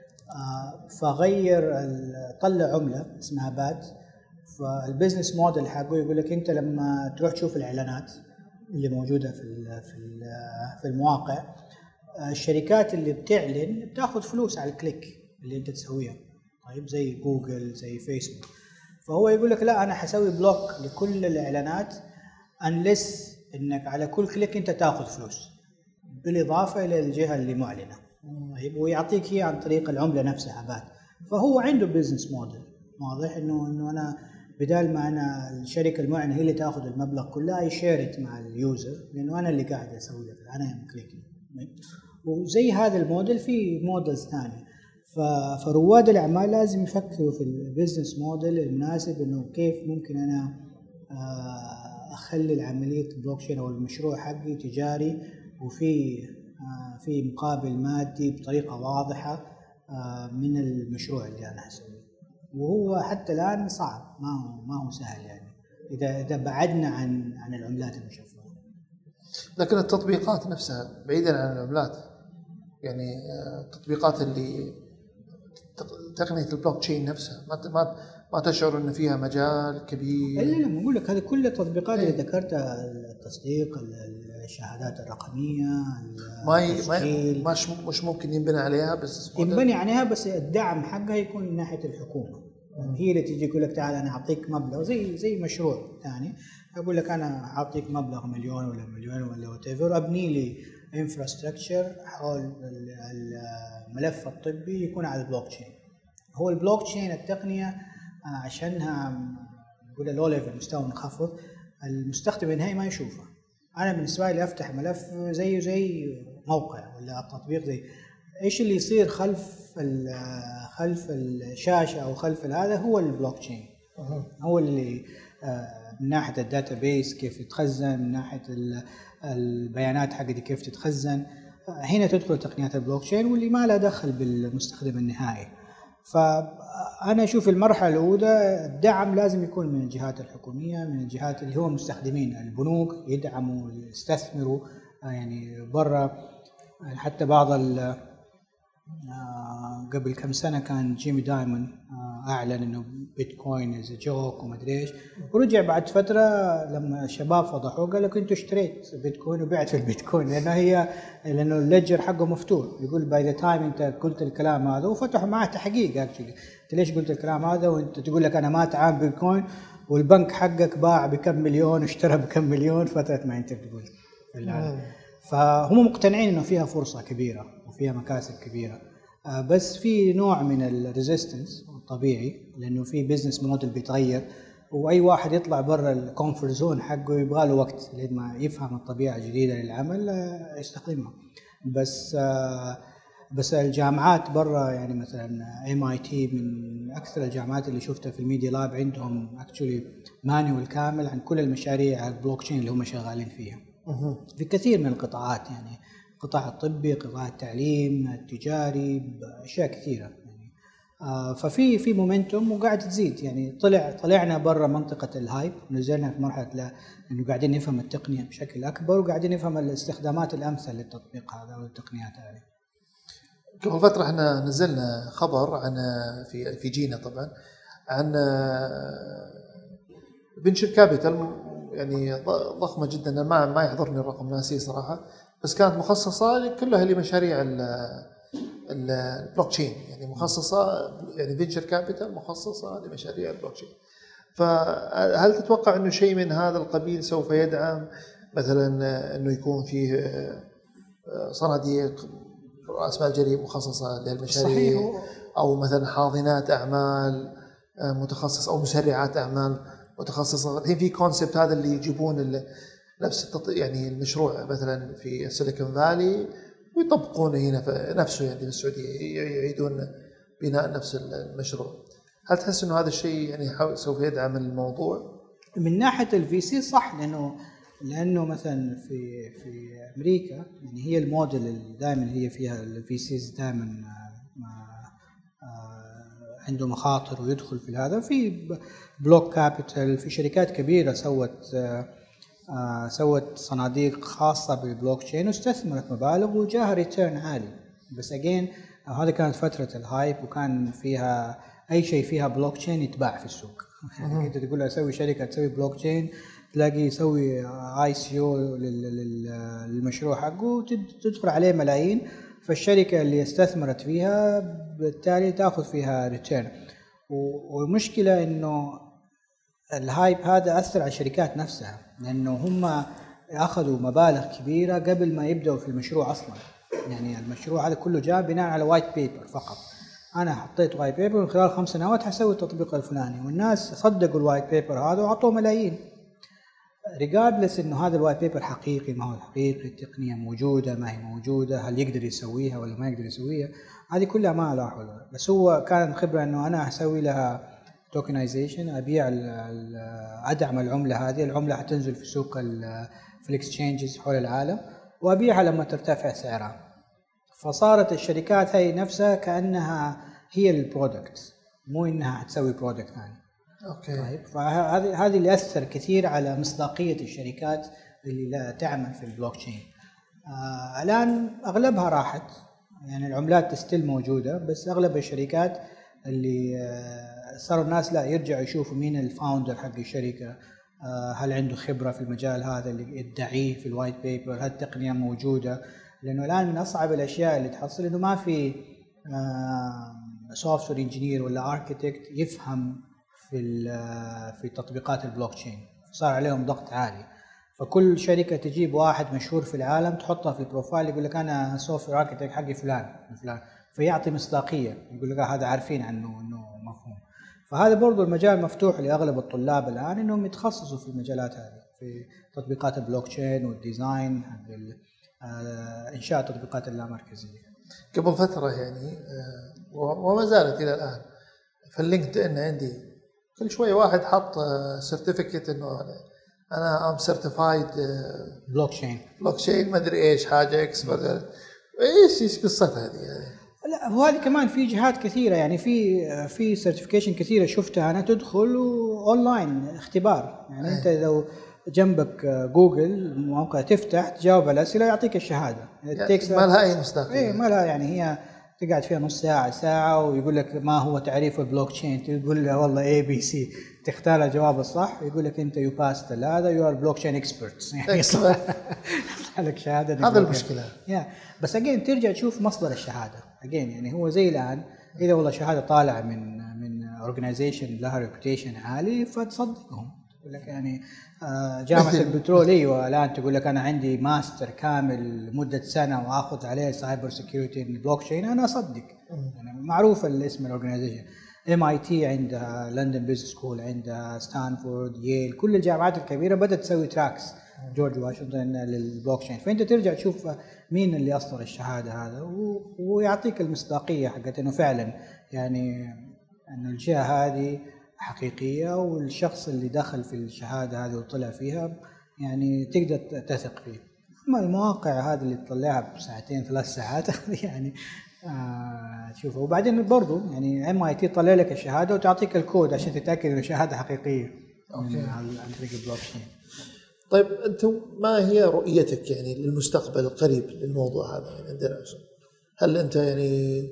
فغير طلع عمله اسمها بات. فالبزنس موديل حقه يقول لك انت لما تروح تشوف الاعلانات اللي موجوده في المواقع، الشركات اللي بتعلن بتاخذ فلوس على الكليك اللي انت تسويها. طيب زي جوجل زي فيسبوك. فهو يقول لك لا انا حسوي بلوك لكل الاعلانات unless انك على كل كليك انت تاخذ فلوس بالاضافه الى الجهه اللي معلنه. طيب ويعطيك هي عن طريق العمله نفسها بات. فهو عنده بزنس موديل واضح انه انا بدال ما انا الشركه المعلنه هي اللي تاخذ المبلغ كله، يشيرت مع اليوزر لانه انا اللي قاعد اسوي لك، انا كليكينج. وزي هذا الموديل في موديلز ثانيه. فرواد الاعمال لازم يفكروا في البزنس موديل المناسب، انه كيف ممكن انا اخلي العمليه بلوك تشين او المشروع حقي تجاري وفي مقابل مادي بطريقه واضحه من المشروع اللي انا اسويه. وهو حتى الان صعب، ما هو سهل يعني اذا بعدنا عن العملات المشفره. لكن التطبيقات نفسها بعيدا عن العملات، يعني التطبيقات اللي تقنية البلوك تشين نفسها ما تشعر ان فيها مجال كبير؟ لا بقول لك هذه كل التطبيقات اللي ذكرتها، التصديق، الشهادات الرقميه، مش ممكن ينبني عليها بس ينبني عليها، بس الدعم حقها يكون من ناحيه الحكومه. هي اللي تيجي تقول لك تعال انا اعطيك مبلغ زي مشروع ثاني، اقول لك انا اعطيك مبلغ مليون ولا وات، ابني لي انفراستراكشر حول الملف الطبي يكون على البلوك تشين. هو البلوك تشين التقنيه عشانها نقول لو ليفل مستوى منخفض، المستخدم النهائي ما يشوفه. انا بالنسبه لي افتح ملف زي موقع ولا تطبيق، زي ايش اللي يصير خلف الشاشه او خلف هذا هو البلوك تشين. هو اللي من ناحيه الداتابيس كيف يتخزن، من ناحيه البيانات حقتي كيف تتخزن. هنا تدخل تقنيات البلوك تشين واللي ما لها دخل بالمستخدم النهائي. أنا أشوف المرحلة الأولى الدعم لازم يكون من الجهات الحكومية، من الجهات اللي هو مستخدمين البنوك يدعموا يستثمروا يعني برا. حتى بعض قبل كم سنة كان جيمي دايمون أعلن إنه بيتكوين إز جوك وما أدري إيش، ورجع بعد فترة لما الشباب فضحوه قال لك أنت اشتريت بيتكوين وبعت في البيتكوين، لأنه الليجر حقه مفتوح. يقول باي ذا تايم أنت قلت الكلام هذا، وفتحوا معه تحقيق أكشلي أنت ليش قلت الكلام هذا وأنت تقول لك أنا ما أتعامل بيتكوين والبنك حقك باع بكم مليون واشترى بكم مليون فترة ما أنت بتقول. فهم مقتنعين إنه فيها فرصة كبيرة وفيها مكاسب كبيرة، بس في نوع من الريزيستنس طبيعي لأنه في بيزنس موديل بيتغير، وأي واحد يطلع برا الكومفورت زون حقه يبغى له وقت لما يفهم الطبيعة الجديدة للعمل يستخدمها. بس الجامعات برا يعني مثلا MIT من أكثر الجامعات اللي شفتها في الميديا لاب عندهم actually مانيوال كامل عن كل المشاريع البلوك تشين اللي هم شغالين فيها في كثير من القطاعات، يعني قطاع الطبي، قطاع التعليم، التجاري، أشياء كثيرة يعني. ففي مومنتوم وقاعد تزيد يعني. طلعنا برا منطقة الهايب، نزلنا في مرحلة إنه قاعدين نفهم التقنية بشكل أكبر وقاعدين نفهم الاستخدامات الأمثل للتطبيق هذا والتقنيات هذه. قبل فترة احنا نزلنا خبر عن في جينا طبعا عن فينشر كابيتال يعني ضخمة جدا، ما يحضرني الرقم ناسي صراحة، بس كانت مخصصة كلها لمشاريع البلوك تشين، يعني مخصصة يعني فينشر كابيتال مخصصة لمشاريع البلوك تشين. فهل تتوقع انه شيء من هذا القبيل سوف يدعم مثلا انه يكون فيه صناديق رأس مال جريء مخصصة للمشاريع، أو مثلا حاضنات أعمال متخصص أو مسرعات أعمال متخصصة؟ الحين في كونسبت هذا اللي يجيبون نفس يعني المشروع مثلا في السيليكون فالي ويطبقونه هنا في نفسه، يعني في السعودية يعيدون بناء نفس المشروع. هل تحس إنه هذا الشيء يعني سوف يدعم الموضوع؟ من ناحية الفي سي صح، لأنه مثلا في أمريكا يعني هي الموديل اللي دائما هي فيها الفي سيز دائما عنده مخاطر ويدخل في هذا. في بلوك كابيتال، في شركات كبيرة سوت صناديق خاصة بالبلوك تشين واستثمرت مبالغ وجاها ريتيرن عالي. بس أجين هذا كانت فترة الهايب وكان فيها أي شيء فيها بلوك تشين يتباع في السوق. يعني أنت تقول أسوي شركة تسوي بلوك تشين تلاقي يسوي ICO للمشروع حقه وتدخل عليه ملايين، فالشركة اللي استثمرت فيها بالتالي تأخذ فيها ريتيرن. والمشكلة إنه الهايب هذا أثر على الشركات نفسها، لأنه هم أخذوا مبالغ كبيرة قبل ما يبدأوا في المشروع أصلا. يعني المشروع هذا كله جاء بناء على وايت بيبر فقط. أنا حطيت وايت بيبر من خلال 5 سنوات حسوي التطبيق الفلاني، والناس صدقوا الوايت بيبر هذا وعطوا ملايين. ريجاردلس إنه هذا الوايت بيبر حقيقي ما هو حقيقي، التقنية موجودة ما هي موجودة، هل يقدر يسويها ولا ما يقدر يسويها، هذه كلها ما لها حل. بس هو كان خبرة إنه أنا أسوي لها توكنايزيشن، أبيع أدعم العملة هذه، العملة حتنزل في سوق في الاكسشينجز حول العالم وأبيعها لما ترتفع سعرها. فصارت الشركات هي نفسها كأنها هي البرودكت، مو إنها حتسوي برودكت ثاني. أوكي. طيب فهذه اللي أثر كثير على مصداقية الشركات اللي لا تعمل في البلوك تشين. الآن أغلبها راحت، يعني العملات تستيل موجودة، بس أغلب الشركات اللي صاروا الناس لا يرجعوا يشوفوا مين الفاوندر حق الشركة، هل عنده خبرة في المجال هذا اللي يدعيه في الوايت بيبر، هل التقنية موجودة. لأنه الآن من أصعب الأشياء اللي تحصل إنه ما في سوفت وير انجينير ولا اركيتكت يفهم في تطبيقات البلوك تشين، صار عليهم ضغط عالي. فكل شركة تجيب واحد مشهور في العالم تحطه في البروفايل يقول لك أنا سوفت وير اركيتكت حقي فلان، فيعطي مصداقية، يقول لك هذا عارفين عنه إنه مفهوم. فهذا برضو المجال مفتوح لأغلب الطلاب الآن إنهم يتخصصوا في المجالات هذه، في تطبيقات البلوك تشين والديزاين حق إنشاء تطبيقات اللامركزية. قبل فترة يعني وما زالت إلى الآن في اللينكد إن عندي كل شوية واحد حط سيرتيفيكت إنه أنا أم سيرتيفايد بلوك تشين ما أدري إيش حاجة إكس، إيش قصتها هذه يعني؟ لا هو هذه كمان في جهات كثيره، يعني في سيرتيفيكيشن كثيره شفتها انا، تدخل اونلاين اختبار، يعني انت لو جنبك جوجل موقع تفتح تجاوب على الاسئله يعطيك الشهاده، يعني ما لها اي مصداقيه. اي ما لها، يعني هي تقعد فيها نص ساعه ويقول لك ما هو تعريف البلوك تشين، تقول له والله اي بي سي، تختار الجواب الصح يقول لك انت يو باست هذا، يو ار بلوك تشين اكسبرتس، يعني لك شهاده. هذا المشكله. بس اجين ترجع تشوف مصدر الشهاده اجين، يعني هو زي الان اذا والله شهاده طالعه من اورجنايزيشن لها ريبيوتيشن عالي فتصدقهم، يقول لك يعني جامعه البترول ايوه الان تقول لك انا عندي ماستر كامل مده سنه واخذ عليه سايبر سيكيورتي بلوك تشين، انا اصدق. يعني معروف الاسم الاورجنايزيشن، MIT عندها، لندن بيزنس سكول عندها، ستانفورد، ييل، كل الجامعات الكبيره بدات تسوي تراكس، جورج واشنطن للبلوك تشين. فانت ترجع تشوف مين اللي اصدر الشهاده هذا ويعطيك المصداقيه حقت انه فعلا يعني انه الجهه هذه حقيقيه، والشخص اللي دخل في الشهاده هذه وطلع فيها يعني تقدر تثق فيه. اما المواقع هذه اللي تطلعها بساعتين 3 ساعات يعني تشوفه. وبعدين برضو يعني MIT تطلع لك الشهاده وتعطيك الكود عشان تتاكد انه شهاده حقيقيه عن طريق البلوك تشين. طيب انتم ما هي رؤيتك يعني للمستقبل القريب للموضوع هذا؟ يعني عندنا هل انت يعني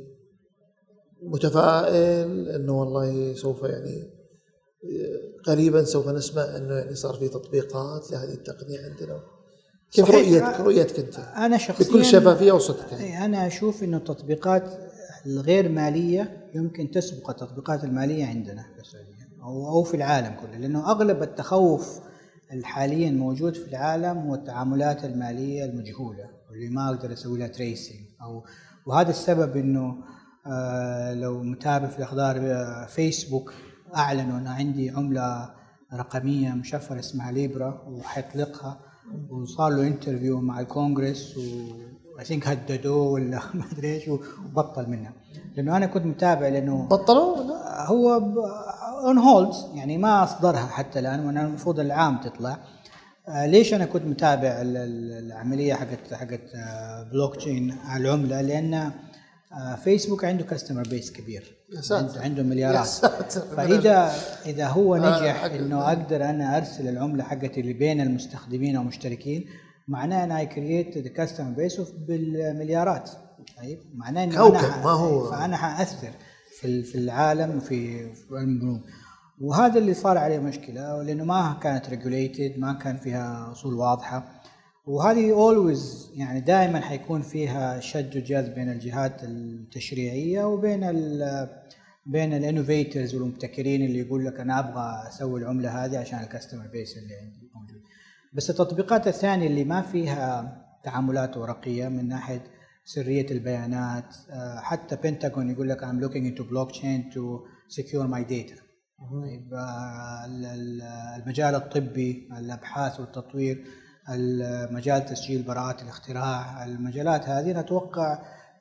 متفائل انه والله سوف يعني قريبا سوف نسمع انه يعني صار في تطبيقات لهذه التقنيه عندنا؟ كيف رؤيتك انت؟ انا شخصيا بكل شفافيه وصدق انا اشوف انه التطبيقات الغير ماليه يمكن تسبق التطبيقات الماليه عندنا في السعوديه او في العالم كله، لانه اغلب التخوف حاليا موجود في العالم هو التعاملات الماليه المجهوله واللي ما اقدر اسوي لها تريسنج، وهذا السبب انه لو متابع في الاخبار فيسبوك اعلنوا انه عندي عمله رقميه مشفره اسمها ليبرا وحيطلقها، وصار له انترفيو مع الكونغرس و I think هددوه ولا ما ادري ايش وبطل منها، لانه انا كنت متابع لانه بطلوا هو اون هولد يعني ما اصدرها حتى الان، وانا المفروض العام تطلع. ليش انا كنت متابع العمليه حقت بلوك تشين على العمله؟ لان فيسبوك عنده كاستمر بيس كبير، عنده مليارات، فاذا هو نجح انه اقدر انا ارسل العمله حقتي اللي بين المستخدمين او المشتركين، معناه انا كرييت ذا كاستمر بيس بالمليارات. طيب معناه انه فانا حاثر في العالم في البنوك، وهذا اللي صار عليه مشكله لانه ما كانت ريجوليتد، ما كان فيها اصول واضحه، وهذه always يعني دائما حيكون فيها شد وجذب بين الجهات التشريعيه وبين بين الانوفيترز والمبتكرين اللي يقول لك انا ابغى اسوي العمله هذه عشان الكاستمر بيس اللي عندي موجود. بس التطبيقات الثانيه اللي ما فيها تعاملات ورقيه من ناحيه سريه البيانات، حتى بنتاغون يقول لك I'm looking into blockchain to secure my data. طيب المجال الطبي، الابحاث والتطوير، المجال تسجيل براءات الاختراع، المجالات هذه نتوقع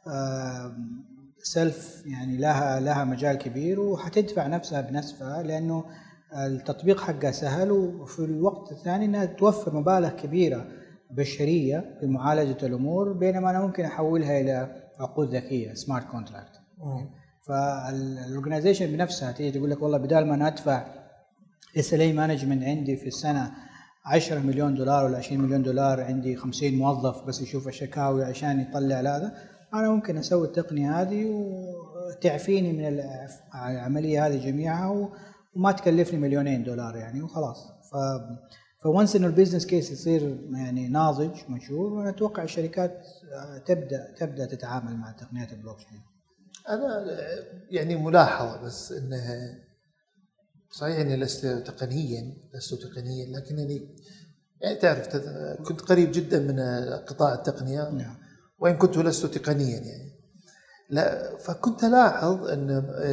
سلف يعني لها مجال كبير وحتدفع نفسها بنفسها، لأنه التطبيق حقها سهل، وفي الوقت الثاني انها توفر مبالغ كبيرة بشرية في معالجة الأمور، بينما أنا ممكن أحولها إلى عقود ذكية سمارت كونتراكت. فالأورجنايزيشن بنفسها تيجي تقول لك والله بدال ما ندفع SLA مانجمنت عندي في السنة 10 مليون دولار ولا 20 مليون دولار، عندي 50 موظف بس يشوف الشكاوي عشان يطلع هذا، أنا ممكن أسوي التقنية هذه وتعفيني من العملية هذه جميعها وما تكلفني $2 مليون يعني وخلاص. فونس إنه البيزنس كيس يصير يعني ناضج مشهور، ونتوقع الشركات تبدأ تتعامل مع تقنيات البلوك تشين. أنا يعني ملاحظة بس إنه صحيح إني لست تقنيا لكنني يعني تعرف كنت قريب جدا من قطاع التقنية. نعم. وإن كنت لست تقنيا يعني لا، فكنت ألاحظ أن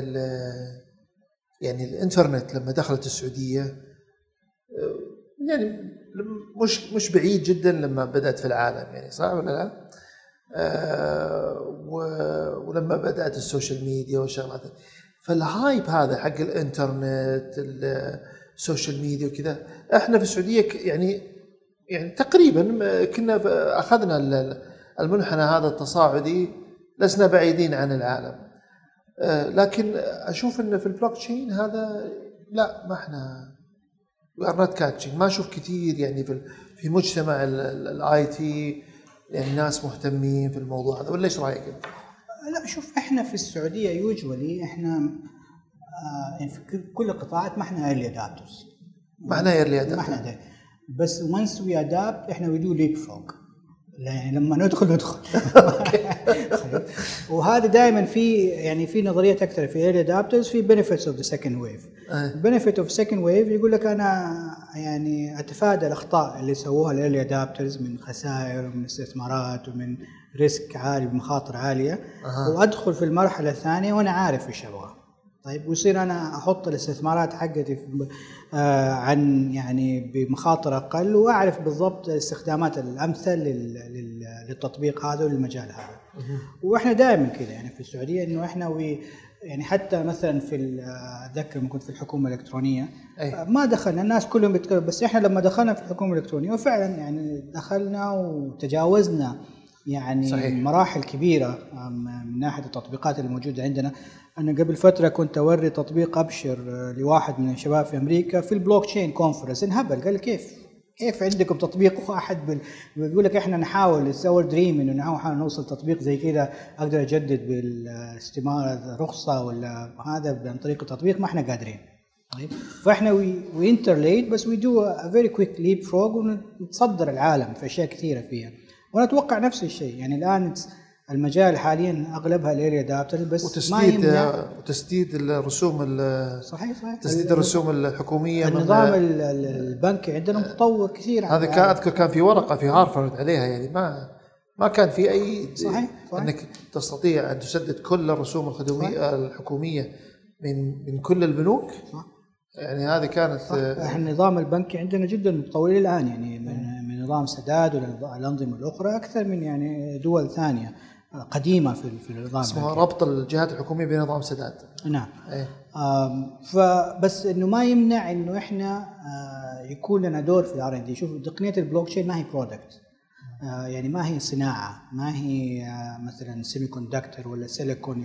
يعني الإنترنت لما دخلت السعودية يعني مش بعيد جدا لما بدأت في العالم، يعني صح ولا لا؟ ولما بدأت السوشيال ميديا والشغلات، فالهايب هذا حق الإنترنت السوشيال ميديا وكذا، إحنا في السعودية يعني تقريبا كنا أخذنا المنحنى هذا التصاعدي لسنا بعيدين عن العالم. لكن أشوف إن في البلوك تشين هذا لا، ما إحنا we are not catching. ما أشوف كثير يعني في مجتمع الاي تي يعني ناس مهتمين في الموضوع هذا، ولا إيش رأيك أنت؟ لا شوف، إحنا في السعودية يوجولي إحنا يعني في كل القطاعات ما إحنا early adapters. ما إحنا early adapters. ما إحنا بس once we adapt إحنا we do leapfrog. يعني لما ندخل وهذا دائما في نظريه اكثر في early adapters في benefits of the second wave. benefit of second wave يقول لك انا يعني اتفادى الاخطاء اللي سووها early adapters من خسائر ومن استثمارات ومن ريسك عالي ومخاطر عاليه، وادخل في المرحله الثانيه وانا عارف ايش ابغى. طيب ويصير انا احط الاستثمارات حقتي عن يعني بمخاطر اقل، واعرف بالضبط الاستخدامات الامثل للتطبيق هذا وللمجال هذا. واحنا دائما كذا يعني في السعوديه انه احنا يعني حتى مثلا في اتذكر لما كنت في الحكومه الالكترونيه ما دخلنا، الناس كلهم بيتكلموا، بس احنا لما دخلنا في الحكومه الالكترونيه وفعلا يعني دخلنا وتجاوزنا يعني صحيح. مراحل كبيرة من ناحية التطبيقات اللي موجودة عندنا. أنا قبل فترة كنت أوري تطبيق أبشر لواحد من الشباب في أمريكا في البلوك تشين كونفرنس، انهبل، قال كيف عندكم تطبيق واحد بيقول لك إحنا نحاول نسوي دريم إنه نحاول نوصل تطبيق زي كذا أقدر أجدد بالاستمارة رخصة ولا هذا عن طريق التطبيق، ما إحنا قادرين. طيب فإحنا we interlate بس we do a very quick leapfrog ونتصدر العالم في أشياء كثيرة فيها. وانا اتوقع نفس الشيء يعني الان المجال حاليا اغلبها الايرلي ادابتر، بس وتسديد الرسوم صحيح تسديد الرسوم الحكوميه. النظام البنكي عندنا متطور كثير. هذا اذكر كان في ورقه في هارفارد عليها، يعني ما كان في اي صحيح. انك تستطيع ان تسدد كل الرسوم الحكوميه من كل البنوك. صح. يعني هذه كانت احنا النظام البنكي عندنا جدا متطور الان، يعني من نظام سداد والانظمه الاخرى اكثر من يعني دول ثانيه قديمه في النظام. اسمه ربط الجهات الحكوميه بنظام سداد. نعم. فبس انه ما يمنع انه احنا يكون لنا دور في الار ان دي. شوف تقنيه البلوك تشين ما هي برودكت، يعني ما هي صناعه، ما هي مثلا سيمي كوندكتور ولا سيليكون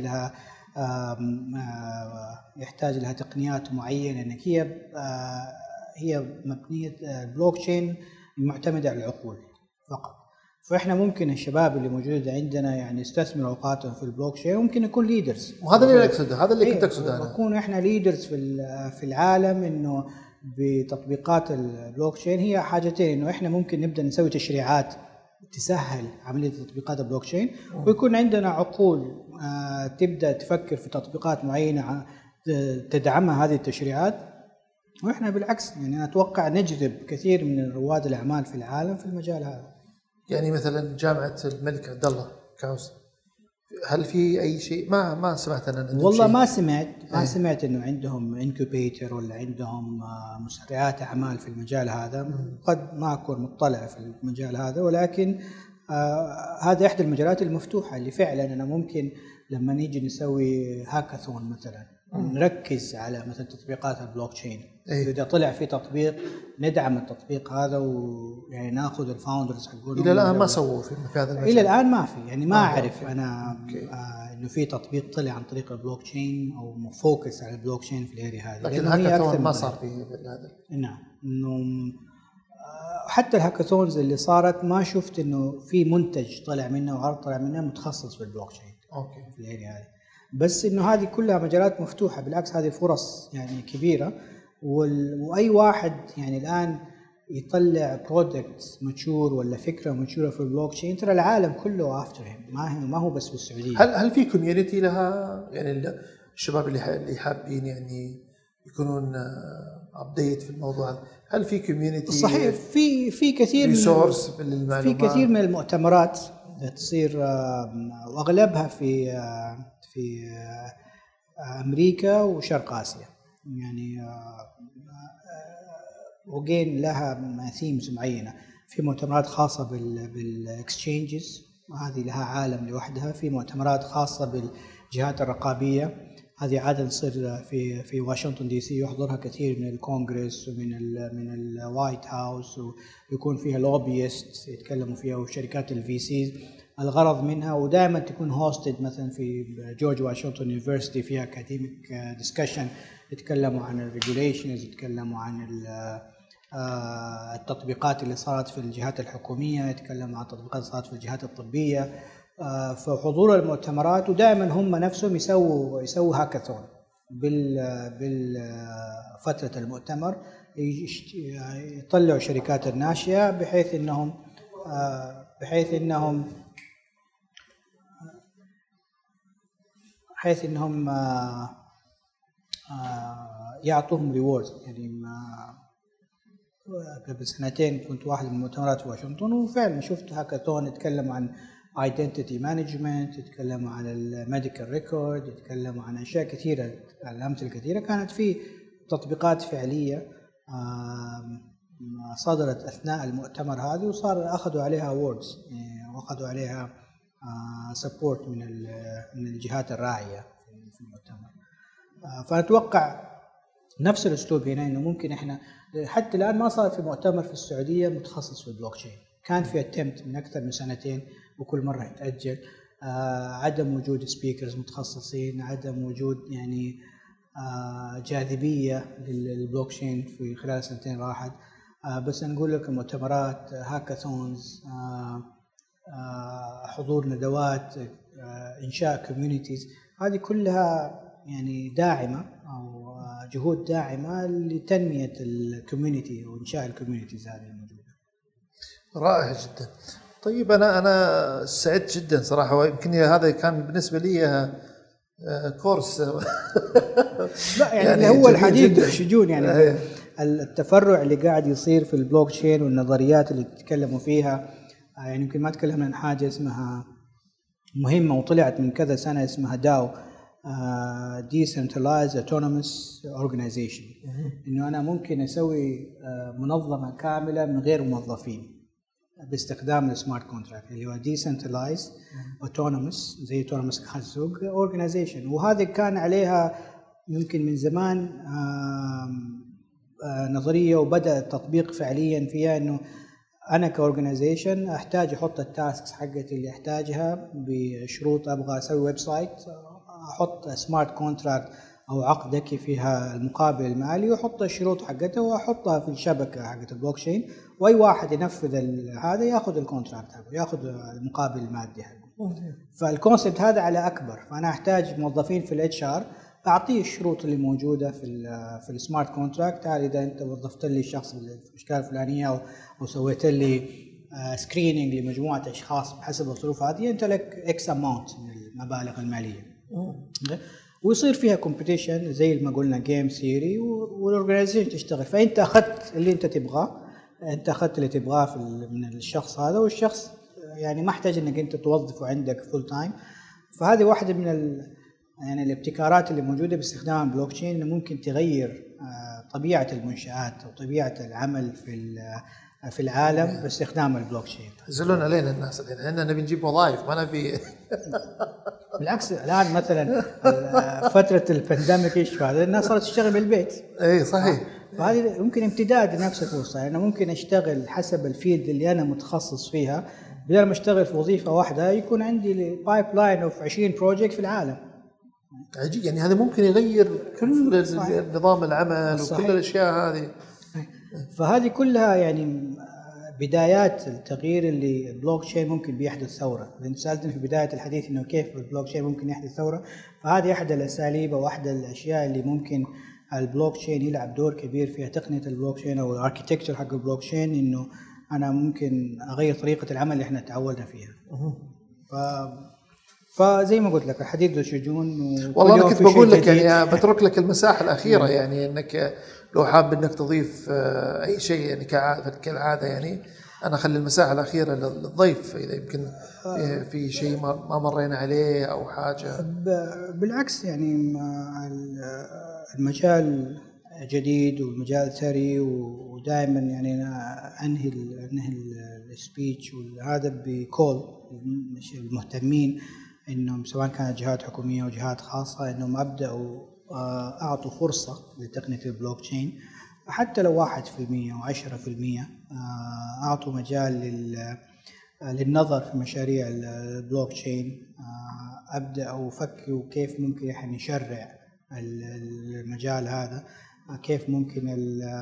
يحتاج لها تقنيات معينه، انك هي مبنيه البلوك تشين معتمده على العقول فقط. فاحنا ممكن الشباب اللي موجود عندنا يعني يستثمروا اوقاتهم في البلوك تشين، وممكن نكون ليدرز. وهذا اللي اقصده، هذا اللي كنت اقصده انا، نكون احنا ليدرز في العالم انه بتطبيقات البلوك تشين. هي حاجتين، انه احنا ممكن نبدا نسوي تشريعات تسهل عمليه تطبيقات البلوك تشين، ويكون عندنا عقول تبدا تفكر في تطبيقات معينه تدعمها هذه التشريعات. واحنا بالعكس يعني اتوقع نجذب كثير من رواد الاعمال في العالم في المجال هذا. يعني مثلا جامعه الملك عبد الله كاوس، هل في اي شيء؟ ما سمعت انا والله ما سمعت انه عندهم انكوبيتر ولا عندهم مسرعات اعمال في المجال هذا. قد ما اكون مطلع في المجال هذا، ولكن هذا احدى المجالات المفتوحه اللي فعلا انا ممكن لما نيجي نسوي هاكاثون مثلا نركز على مثلا تطبيقات البلوك تشين. اذا طلع في تطبيق ندعم التطبيق هذا، ويعني ناخذ الفاوندرز حقهم. الى الان ما سووا في هذا المجال، الى الان ما في، يعني ما اعرف انا انه في تطبيق طلع عن طريق البلوك تشين او مفوكس على البلوك تشين في الاريا هذه. لكن الهاكاثون ما صار في هذا. نعم، انه حتى الهاكاثونز اللي صارت ما شفت انه في منتج طلع منه وعرض طلع منه متخصص في البلوك تشين في الاريا هذه. بس انه هذه كلها مجالات مفتوحه، بالعكس هذه فرص يعني كبيره. واي واحد يعني الان يطلع برودكت ماتشور ولا فكره ماتشوره في البلوك تشين، ترى العالم كله افتر ما هو بس في السعوديه. هل في كوميونتي لها؟ يعني الشباب اللي حابين يعني يكونون ابديت في الموضوع، هل في كوميونتي؟ صحيح، في كثير ريسورس للمعلومات، في كثير من المؤتمرات تصير، واغلبها في امريكا وشرق اسيا. يعني وجين لها ثيمز معينه، في مؤتمرات خاصه بالاكسشينجز، هذه لها عالم لوحدها. في مؤتمرات خاصه بالجهات الرقابيه، هذه عاده تصير في واشنطن دي سي، يحضرها كثير من الكونغرس ومن الوايت هاوس، ويكون فيها لوبيست يتكلموا فيها، وشركات الفي سيز. الغرض منها، ودائما تكون هوستد مثلا في جورج واشنطن يونيفرسيتي فيها اكاديميك ديسكشن، يتكلموا عن الريجوليشنز، يتكلموا عن التطبيقات اللي صارت في الجهات الحكوميه، يتكلموا عن التطبيقات اللي صارت في الجهات الطبيه. فحضور المؤتمرات، ودائما هم نفسهم يسووا هاكاثون بالفتره المؤتمر، يطلعوا شركات الناشئه بحيث انهم يعطوهم ريوردز. يعني قبل سنتين كنت واحد من المؤتمرات في واشنطن، وفعلا شفت هاكاثون يتكلموا عن identity management، يتكلموا عن الميديكال ريكورد، يتكلموا عن اشياء كثيره، الامثله كثيره كانت في تطبيقات فعليه صدرت اثناء المؤتمر هذه، وصار اخذوا عليها awards، واخذوا عليها سبورت من الجهات الراعيه في المؤتمر. فنتوقع نفس الاسلوب هنا، انه ممكن احنا حتى الان ما صار في مؤتمر في السعوديه متخصص في البلوك تشين. كان في اتمت من اكثر من سنتين وكل مره يتاجل، عدم وجود سبيكرز متخصصين، عدم وجود يعني جاذبيه للبلوك تشين في خلال سنتين راحت. بس نقول لك مؤتمرات، هاكاثونز، حضور ندوات، انشاء كوميونيتيز، هذه كلها يعني داعمه او جهود داعمه لتنميه الكوميونتي وانشاء الكوميونيتيز هذه الموجوده. رائع جدا. طيب انا سعدت جدا صراحه، ويمكن هذا كان بالنسبه لي كورس لا يعني اللي هو الحديث شجون، يعني التفرع اللي قاعد يصير في البلوك تشين والنظريات اللي تتكلموا فيها. يعني يمكن ما تكلمنا عن حاجه اسمها مهمه وطلعت من كذا سنه، اسمها داو، Decentralized Autonomous Organization. إنه أنا ممكن أسوي منظمة كاملة من غير موظفين باستخدام السمارت كونتراكت، اللي هو Decentralized Autonomous، زي Autonomous كالسوق Organization. وهذا كان عليها يمكن من زمان نظرية، وبدأ التطبيق فعليا فيها، إنه أنا كأورجنايزيشن أحتاج أحط التاسكس حقتي اللي أحتاجها بشروط. أبغى أسوي ويب سايت، أحط سمارت كونتراكت أو عقد ذكي فيها المقابل المالي، وأحط الشروط حقتها وأحطها في الشبكة حقت البلوك تشين، وأي واحد ينفذ هذا يأخذ الكونتراكت حقه، يأخذ المقابل المادي حقه. فالكونسبت هذا على أكبر. فأنا أحتاج موظفين في الاتش ار، أعطيه الشروط اللي موجودة في السمارت كونتراكت. هذه إذا أنت وظفت لي الشخص بالأشكال الفلانية أو سويت لي سكرينينج لمجموعة أشخاص بحسب الظروف هذه، أنت لك إكس أماونت من المبالغ المالية. ويصير فيها كومبيتيشن زي ما قلنا جيم ثيوري، والأورجنايزيشن تشتغل. فأنت أخذت اللي أنت تبغاه، أنت أخذت اللي تبغاه من الشخص هذا، والشخص يعني ما احتاج إنك أنت توظفه عندك فول تايم. فهذه واحدة من يعني الابتكارات اللي موجودة باستخدام البلوك تشين، إنه ممكن تغير طبيعة المنشآت وطبيعة العمل في العالم باستخدام البلوك تشين. يزلون علينا الناس الحين، احنا نبي نجيب وظائف ما نبي. بالعكس الآن مثلا فترة البانديميك إيش هذا، الناس صارت تشتغل بالبيت. إيه صحيح. فهذه ممكن امتداد نفس الفرصة. يعني أنا ممكن أشتغل حسب الفيلد اللي أنا متخصص فيها، بدل ما أشتغل في وظيفة واحدة يكون عندي بايب لاين أوف 20 بروجكت في العالم. عجيب. يعني هذا ممكن يغير كل نظام العمل وكل الأشياء هذه. فهذه كلها يعني بدايات التغيير اللي البلوك تشين ممكن بيحدث ثورة. لأن سألتني في بداية الحديث إنه كيف البلوك تشين ممكن يحدث ثورة، فهذه أحد الأساليب وأحد الأشياء اللي ممكن البلوك تشين يلعب دور كبير فيها. تقنية البلوك تشين أو الاركيتكتشر حق البلوك تشين، إنه أنا ممكن أغير طريقة العمل اللي إحنا تعودنا فيها. فزي ما قلت لك الحديث ذو شجون. والله أنا كنت بقول لك يعني بترك لك المساحة الأخيرة، يعني إنك لو حاب إنك تضيف أي شيء يعني كالعادة، يعني أنا أخلي المساحة الأخيرة للضيف إذا يمكن في شيء ما مرينا عليه أو حاجة. بالعكس يعني المجال جديد والمجال ثري، ودائما يعني أنا أنهي السبيتش وهذا بكول المهتمين إنهم سواء كانت جهات حكومية أو جهات خاصة، إنهم أبدأوا أعطوا فرصة لتقنية البلوك تشين، حتى لو 1% أو 10%، أعطوا مجال للنظر في مشاريع البلوك تشين، أبدأ أفكر كيف ممكن يعني نشرع المجال هذا، كيف ممكن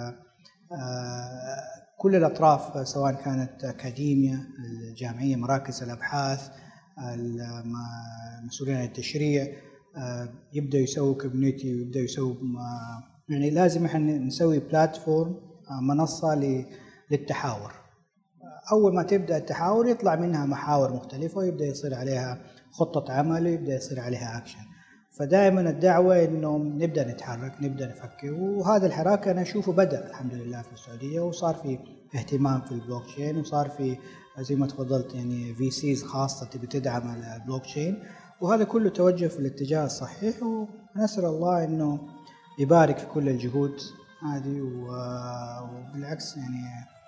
كل الأطراف سواء كانت أكاديمية، الجامعية، مراكز الأبحاث، المسؤولين عن التشريع، يبدأ يسوي كوميونيتي ويبدأ يسوي يعني لازم احنا نسوي بلاتفورم، منصة للتحاور. أول ما تبدأ التحاور يطلع منها محاور مختلفة ويبدأ يصير عليها خطة عمل ويبدأ يصير عليها أكشن. فدائما الدعوة إنه نبدأ نتحرك، نبدأ نفكر، وهذا الحراك أنا أشوفه بدأ الحمد لله في السعودية، وصار في اهتمام في البلوك تشين، وصار في زي ما تفضلت يعني VCs خاصة بتدعم البلوك تشين، وهذا كله توجه في الاتجاه الصحيح. ونسأل الله إنه يبارك في كل الجهود هذه، وبالعكس يعني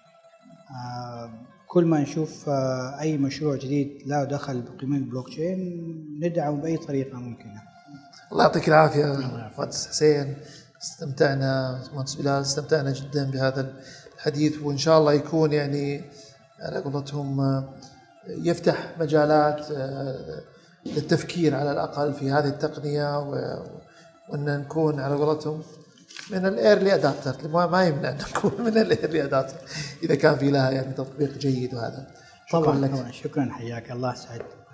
كل ما نشوف أي مشروع جديد لا دخل بقيمة البلوك تشين ندعم بأي طريقة ممكنة. الله يعطيك العافية مهندس حسين، مهندس بلال، استمتعنا جدا بهذا الحديث، وإن شاء الله يكون يعني على قولتهم يفتح مجالات للتفكير على الأقل في هذه التقنية، وأن نكون على قولتهم من الإيرلي أدابتر، ما يمنع أن نكون من الإيرلي أدابتر إذا كان في لها يعني تطبيق جيد. وهذا طبعا شكرا، حياك الله، سعد.